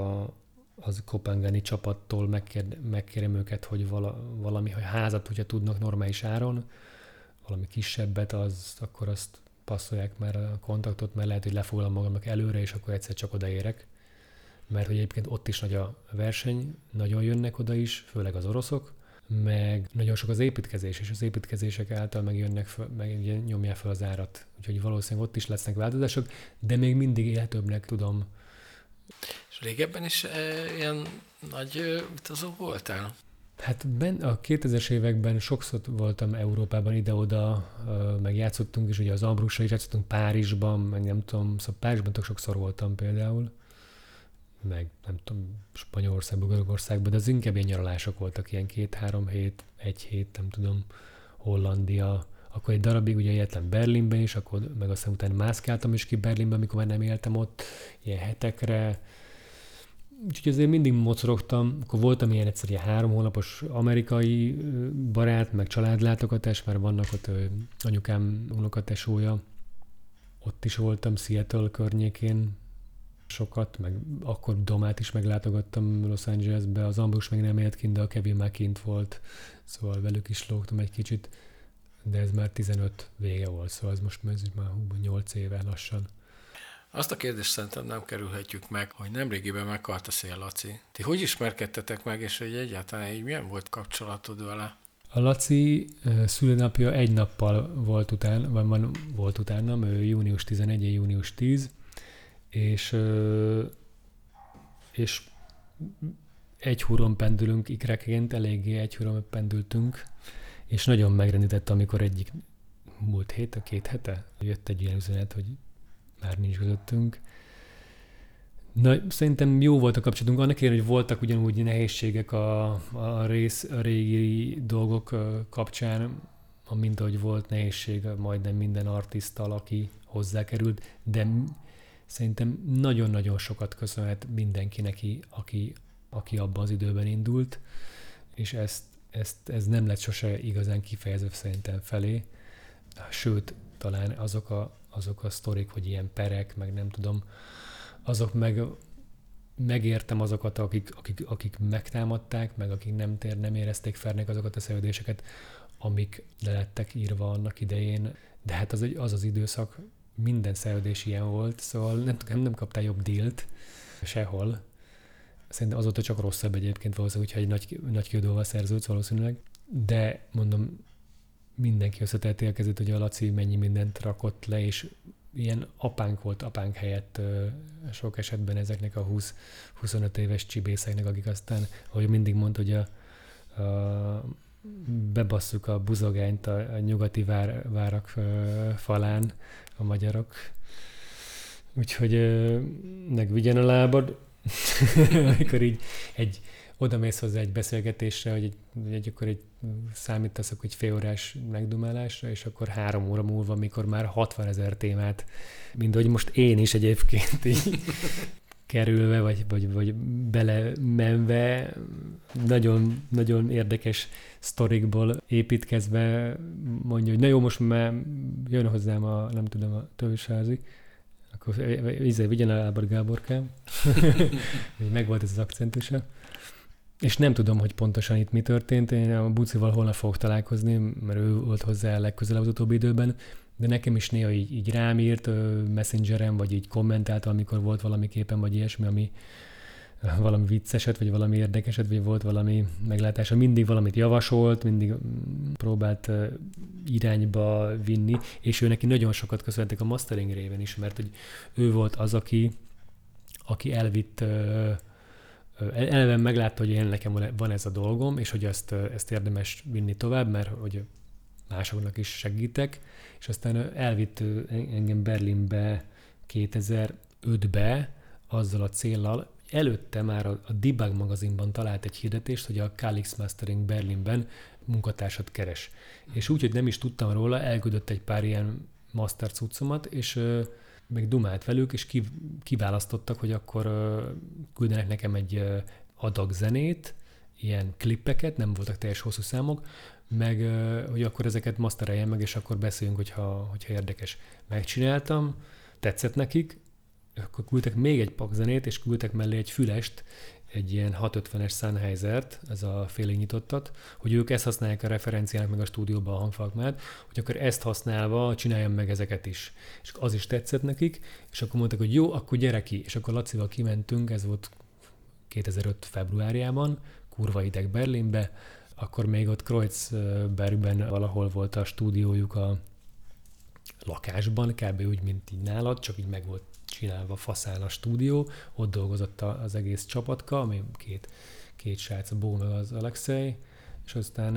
az kopenhágai csapattól megkérem őket, hogy valami házat, hogyha tudnak normális áron, valami kisebbet, akkor azt passzolják már a kontaktot, mert lehet, hogy lefoglalom magamnak előre, és akkor egyszer csak odaérek. Mert hogy egyébként ott is nagy a verseny, nagyon jönnek oda is, főleg az oroszok, meg nagyon sok az építkezés, és az építkezések által meg nyomják fel az árat. Úgyhogy valószínűleg ott is lesznek változások, de még mindig élhetőbbnek tudom. És régebben is ilyen nagy utazó voltál? Hát a 2000-es években sokszor voltam Európában ide-oda, meg játszottunk is, ugye az Ambrussal is játszottunk Párizsban, meg nem tudom, szóval Párizsban tök sokszor voltam például, meg nem tudom, Spanyolországban, Görögországban, de az inkább ilyen nyaralások voltak, ilyen 2-3 hét, 1 hét, nem tudom, Hollandia, akkor egy darabig ugye éltem Berlinben is, akkor meg aztán utána mászkáltam is ki Berlinben, amikor már nem éltem ott, ilyen hetekre. Úgyhogy azért mindig mocorogtam, akkor voltam ilyen egyszer 3 hónapos amerikai barát, meg családlátogatás, már vannak ott anyukám unokatesója, ott is voltam Seattle környékén sokat, meg akkor Domát is meglátogattam Los Angelesbe, az Ambrus meg nem élt kint, de a Kevin már kint volt, szóval velük is lógtam egy kicsit, de ez már 15 vége volt, szóval ez most már 8 éve lassan. Azt a kérdést szerintem nem kerülhetjük meg, hogy nemrégiben meghalt a Szél Laci. Ti hogy ismerkedtetek meg, és hogy egyáltalán így milyen volt kapcsolatod vele? A Laci szülinapja 1 nappal volt utánam, június 11, én június 10, és egy húron pendülünk ikreként, eléggé egy húron pendültünk, és nagyon megrendített, amikor egyik múlt hét, a 2 hete jött egy ilyen üzenet, hogy már nincs közöttünk. Na, szerintem jó volt a kapcsolatunk, annak ellenére, hogy voltak ugyanúgy nehézségek a régi dolgok kapcsán, mint ahogy volt nehézség majdnem minden artiszttal, aki hozzákerült, de szerintem nagyon-nagyon sokat köszönhet mindenki neki, aki abban az időben indult, és ezt ez nem lett sose igazán kifejezve szerintem felé. Sőt, talán azok a sztorik, hogy ilyen perek, meg nem tudom, azok megértem azokat, akik megtámadták, meg akik nem érezték fernek azokat a szerződéseket, amik le lettek írva annak idején. De hát az időszak, minden szerződés ilyen volt, szóval nem kaptál jobb dílt sehol. Szerintem azóta csak rosszabb egyébként valószínűleg, hogyha egy nagy kiadóval szerződsz valószínűleg. De mondom, mindenki összetett élkezett, hogy a Laci mennyi mindent rakott le, és ilyen apánk helyett sok esetben ezeknek a 20-25 éves csibészeknek, akik aztán, ahogy mindig mondta, hogy bebasszuk a buzogányt a nyugati várak falán a magyarok. Úgyhogy megvigyen a lábad, amikor így odamész hozzá egy beszélgetésre, hogy akkor számítasz egy félórás megdumálásra, és akkor 3 óra múlva, mikor már 60 000 témát, mint hogy most én is egyébként így kerülve, vagy belemenve, nagyon, nagyon érdekes sztorikból építkezve mondja, hogy na jó, most már jön hozzám a törzsházi, akkor vigyen el Ábor Gáborkám, megvolt ez az akcentusa. És nem tudom, hogy pontosan itt mi történt. Én a Bucival holnap fogok találkozni, mert ő volt hozzá legközelebb az utóbbi időben, de nekem is néha így rám írt Messengeren, vagy így kommentált, amikor volt valami képen, vagy ilyesmi, ami valami vicceset, vagy valami érdekeset, vagy volt valami meglátása. Mindig valamit javasolt, mindig próbált irányba vinni, és ő neki nagyon sokat köszöntek a mastering révén is, mert hogy ő volt az, aki elvitt, elven meglátta, hogy én nekem van ez a dolgom, és hogy ezt érdemes vinni tovább, mert hogy másoknak is segítek, és aztán elvitt engem Berlinbe 2005-be azzal a céllal, előtte már a Debug magazinban talált egy hirdetést, hogy a Calix Mastering Berlinben munkatársat keres. És úgy, hogy nem is tudtam róla, elküldött egy pár ilyen master cuccomat, és meg dumált velük, és kiválasztottak, hogy akkor küldenek nekem egy adag zenét, ilyen klippeket, nem voltak teljes hosszú számok, meg hogy akkor ezeket mastereljen meg, és akkor beszéljünk, hogyha érdekes. Megcsináltam, tetszett nekik, akkor küldtek még egy pak zenét, és küldtek mellé egy fülest, egy ilyen 650-es Sennheisert, ez a félig nyitottat, hogy ők ezt használják a referenciának meg a stúdióban a hangfalak mellett, hogy akkor ezt használva csináljam meg ezeket is. És az is tetszett nekik, és akkor mondták, hogy jó, akkor gyere ki. És akkor Lacival kimentünk, ez volt 2005 februárjában, kurva ideg Berlinbe, akkor még ott Kreuzbergben valahol volt a stúdiójuk a lakásban, kb. Úgy, mint így nálad, csak így meg volt csinálva faszán a stúdió, ott dolgozott az egész csapatka, ami két srác, a Bó meg az Alexei, és aztán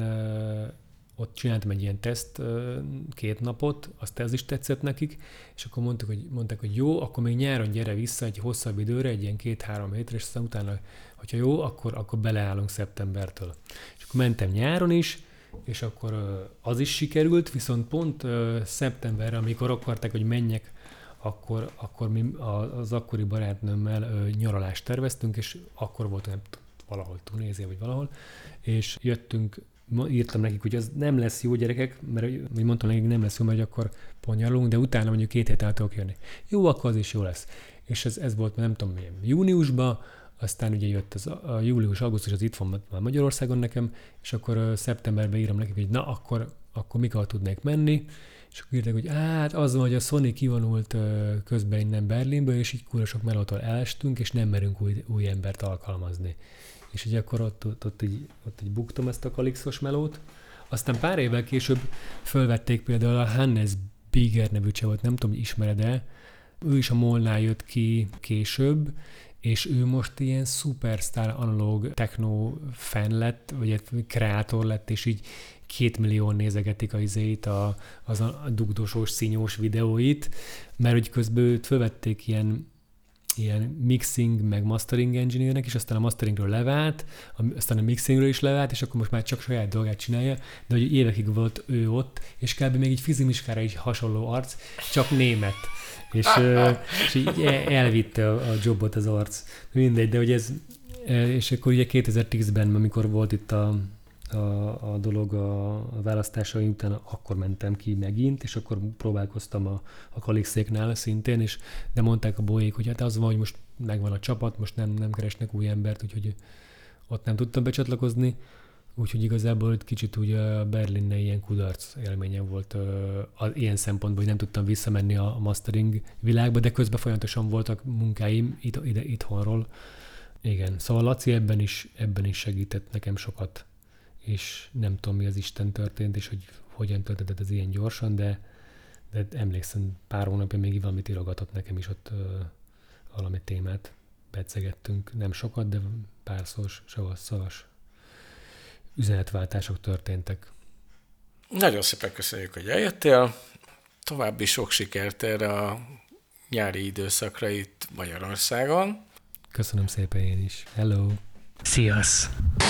ott csináltam egy ilyen teszt 2 napot, azt ez is tetszett nekik, és akkor mondták, hogy jó, akkor még nyáron gyere vissza egy hosszabb időre, egy ilyen 2-3 hétre, és aztán utána, hogyha jó, akkor beleállunk szeptembertől. És akkor mentem nyáron is, és akkor az is sikerült, viszont pont szeptemberre, amikor akarták, hogy menjek, akkor mi az akkori barátnőmmel nyaralást terveztünk, és akkor volt valahol Tunézia, vagy valahol, és jöttünk, írtam nekik, hogy az nem lesz jó, gyerekek, mert mondtam nekik, nem lesz jó, mert akkor pont nyaralunk, de utána mondjuk 2 hét át tudok jönni. Jó, akkor az is jó lesz. És ez volt, nem tudom milyen, júniusban, aztán ugye jött a július-augusztus, az itt van már Magyarországon nekem, és akkor szeptemberben írom nekik, hogy na, akkor mikor tudnék menni, és akkor írták, hogy hát az van, hogy a Sony kivonult közben innen Berlinből, és így kurva sok melótól elestünk, és nem merünk új embert alkalmazni. És így akkor ott így buktam ezt a Calixos melót. Aztán pár évvel később fölvették például a Hannes Bieger nevű csávot, nem tudom, hogy ismered-e. Ő is a Molnál jött ki később, és ő most ilyen szupersztár analóg techno fan lett, vagy kreátor lett, és így 2 millióan nézegetik a dugdosós, színyós videóit, mert hogy közben őt fölvették ilyen mixing, meg mastering engineernek, és aztán a masteringről levált, aztán a mixingről is levált, és akkor most már csak saját dolgát csinálja, de hogy évekig volt ő ott, és kb. Még egy fizimiskára is hasonló arc, csak német. És így elvitte a jobot az arc. Mindegy, de hogy ez, és akkor ugye 2010-ben, amikor volt itt a a dolog a választásai után, akkor mentem ki megint, és akkor próbálkoztam a Kalixéknál szintén, de mondták a bolyék, hogy hát az van, hogy most megvan a csapat, most nem keresnek új embert, úgyhogy ott nem tudtam becsatlakozni, úgyhogy igazából egy kicsit úgy a Berlinne ilyen kudarc élményem volt ilyen szempontból, hogy nem tudtam visszamenni a mastering világba, de közben folyamatosan voltak munkáim itthonról. Igen, szóval Laci ebben is segített nekem sokat, és nem tudom, mi az Isten történt, és hogy hogyan történt ez ilyen gyorsan, de emlékszem, pár hónapja még valamit írogatott nekem is ott valami témát beszélgettünk, nem sokat, de párszor szavas üzenetváltások történtek. Nagyon szépen köszönjük, hogy eljöttél. További sok sikert erre a nyári időszakra itt Magyarországon. Köszönöm szépen én is. Hello! Sziasz!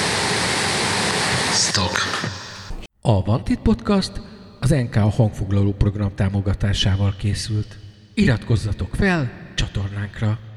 Stock. A Vantit Podcast az NK hangfoglaló program támogatásával készült. Iratkozzatok fel csatornánkra!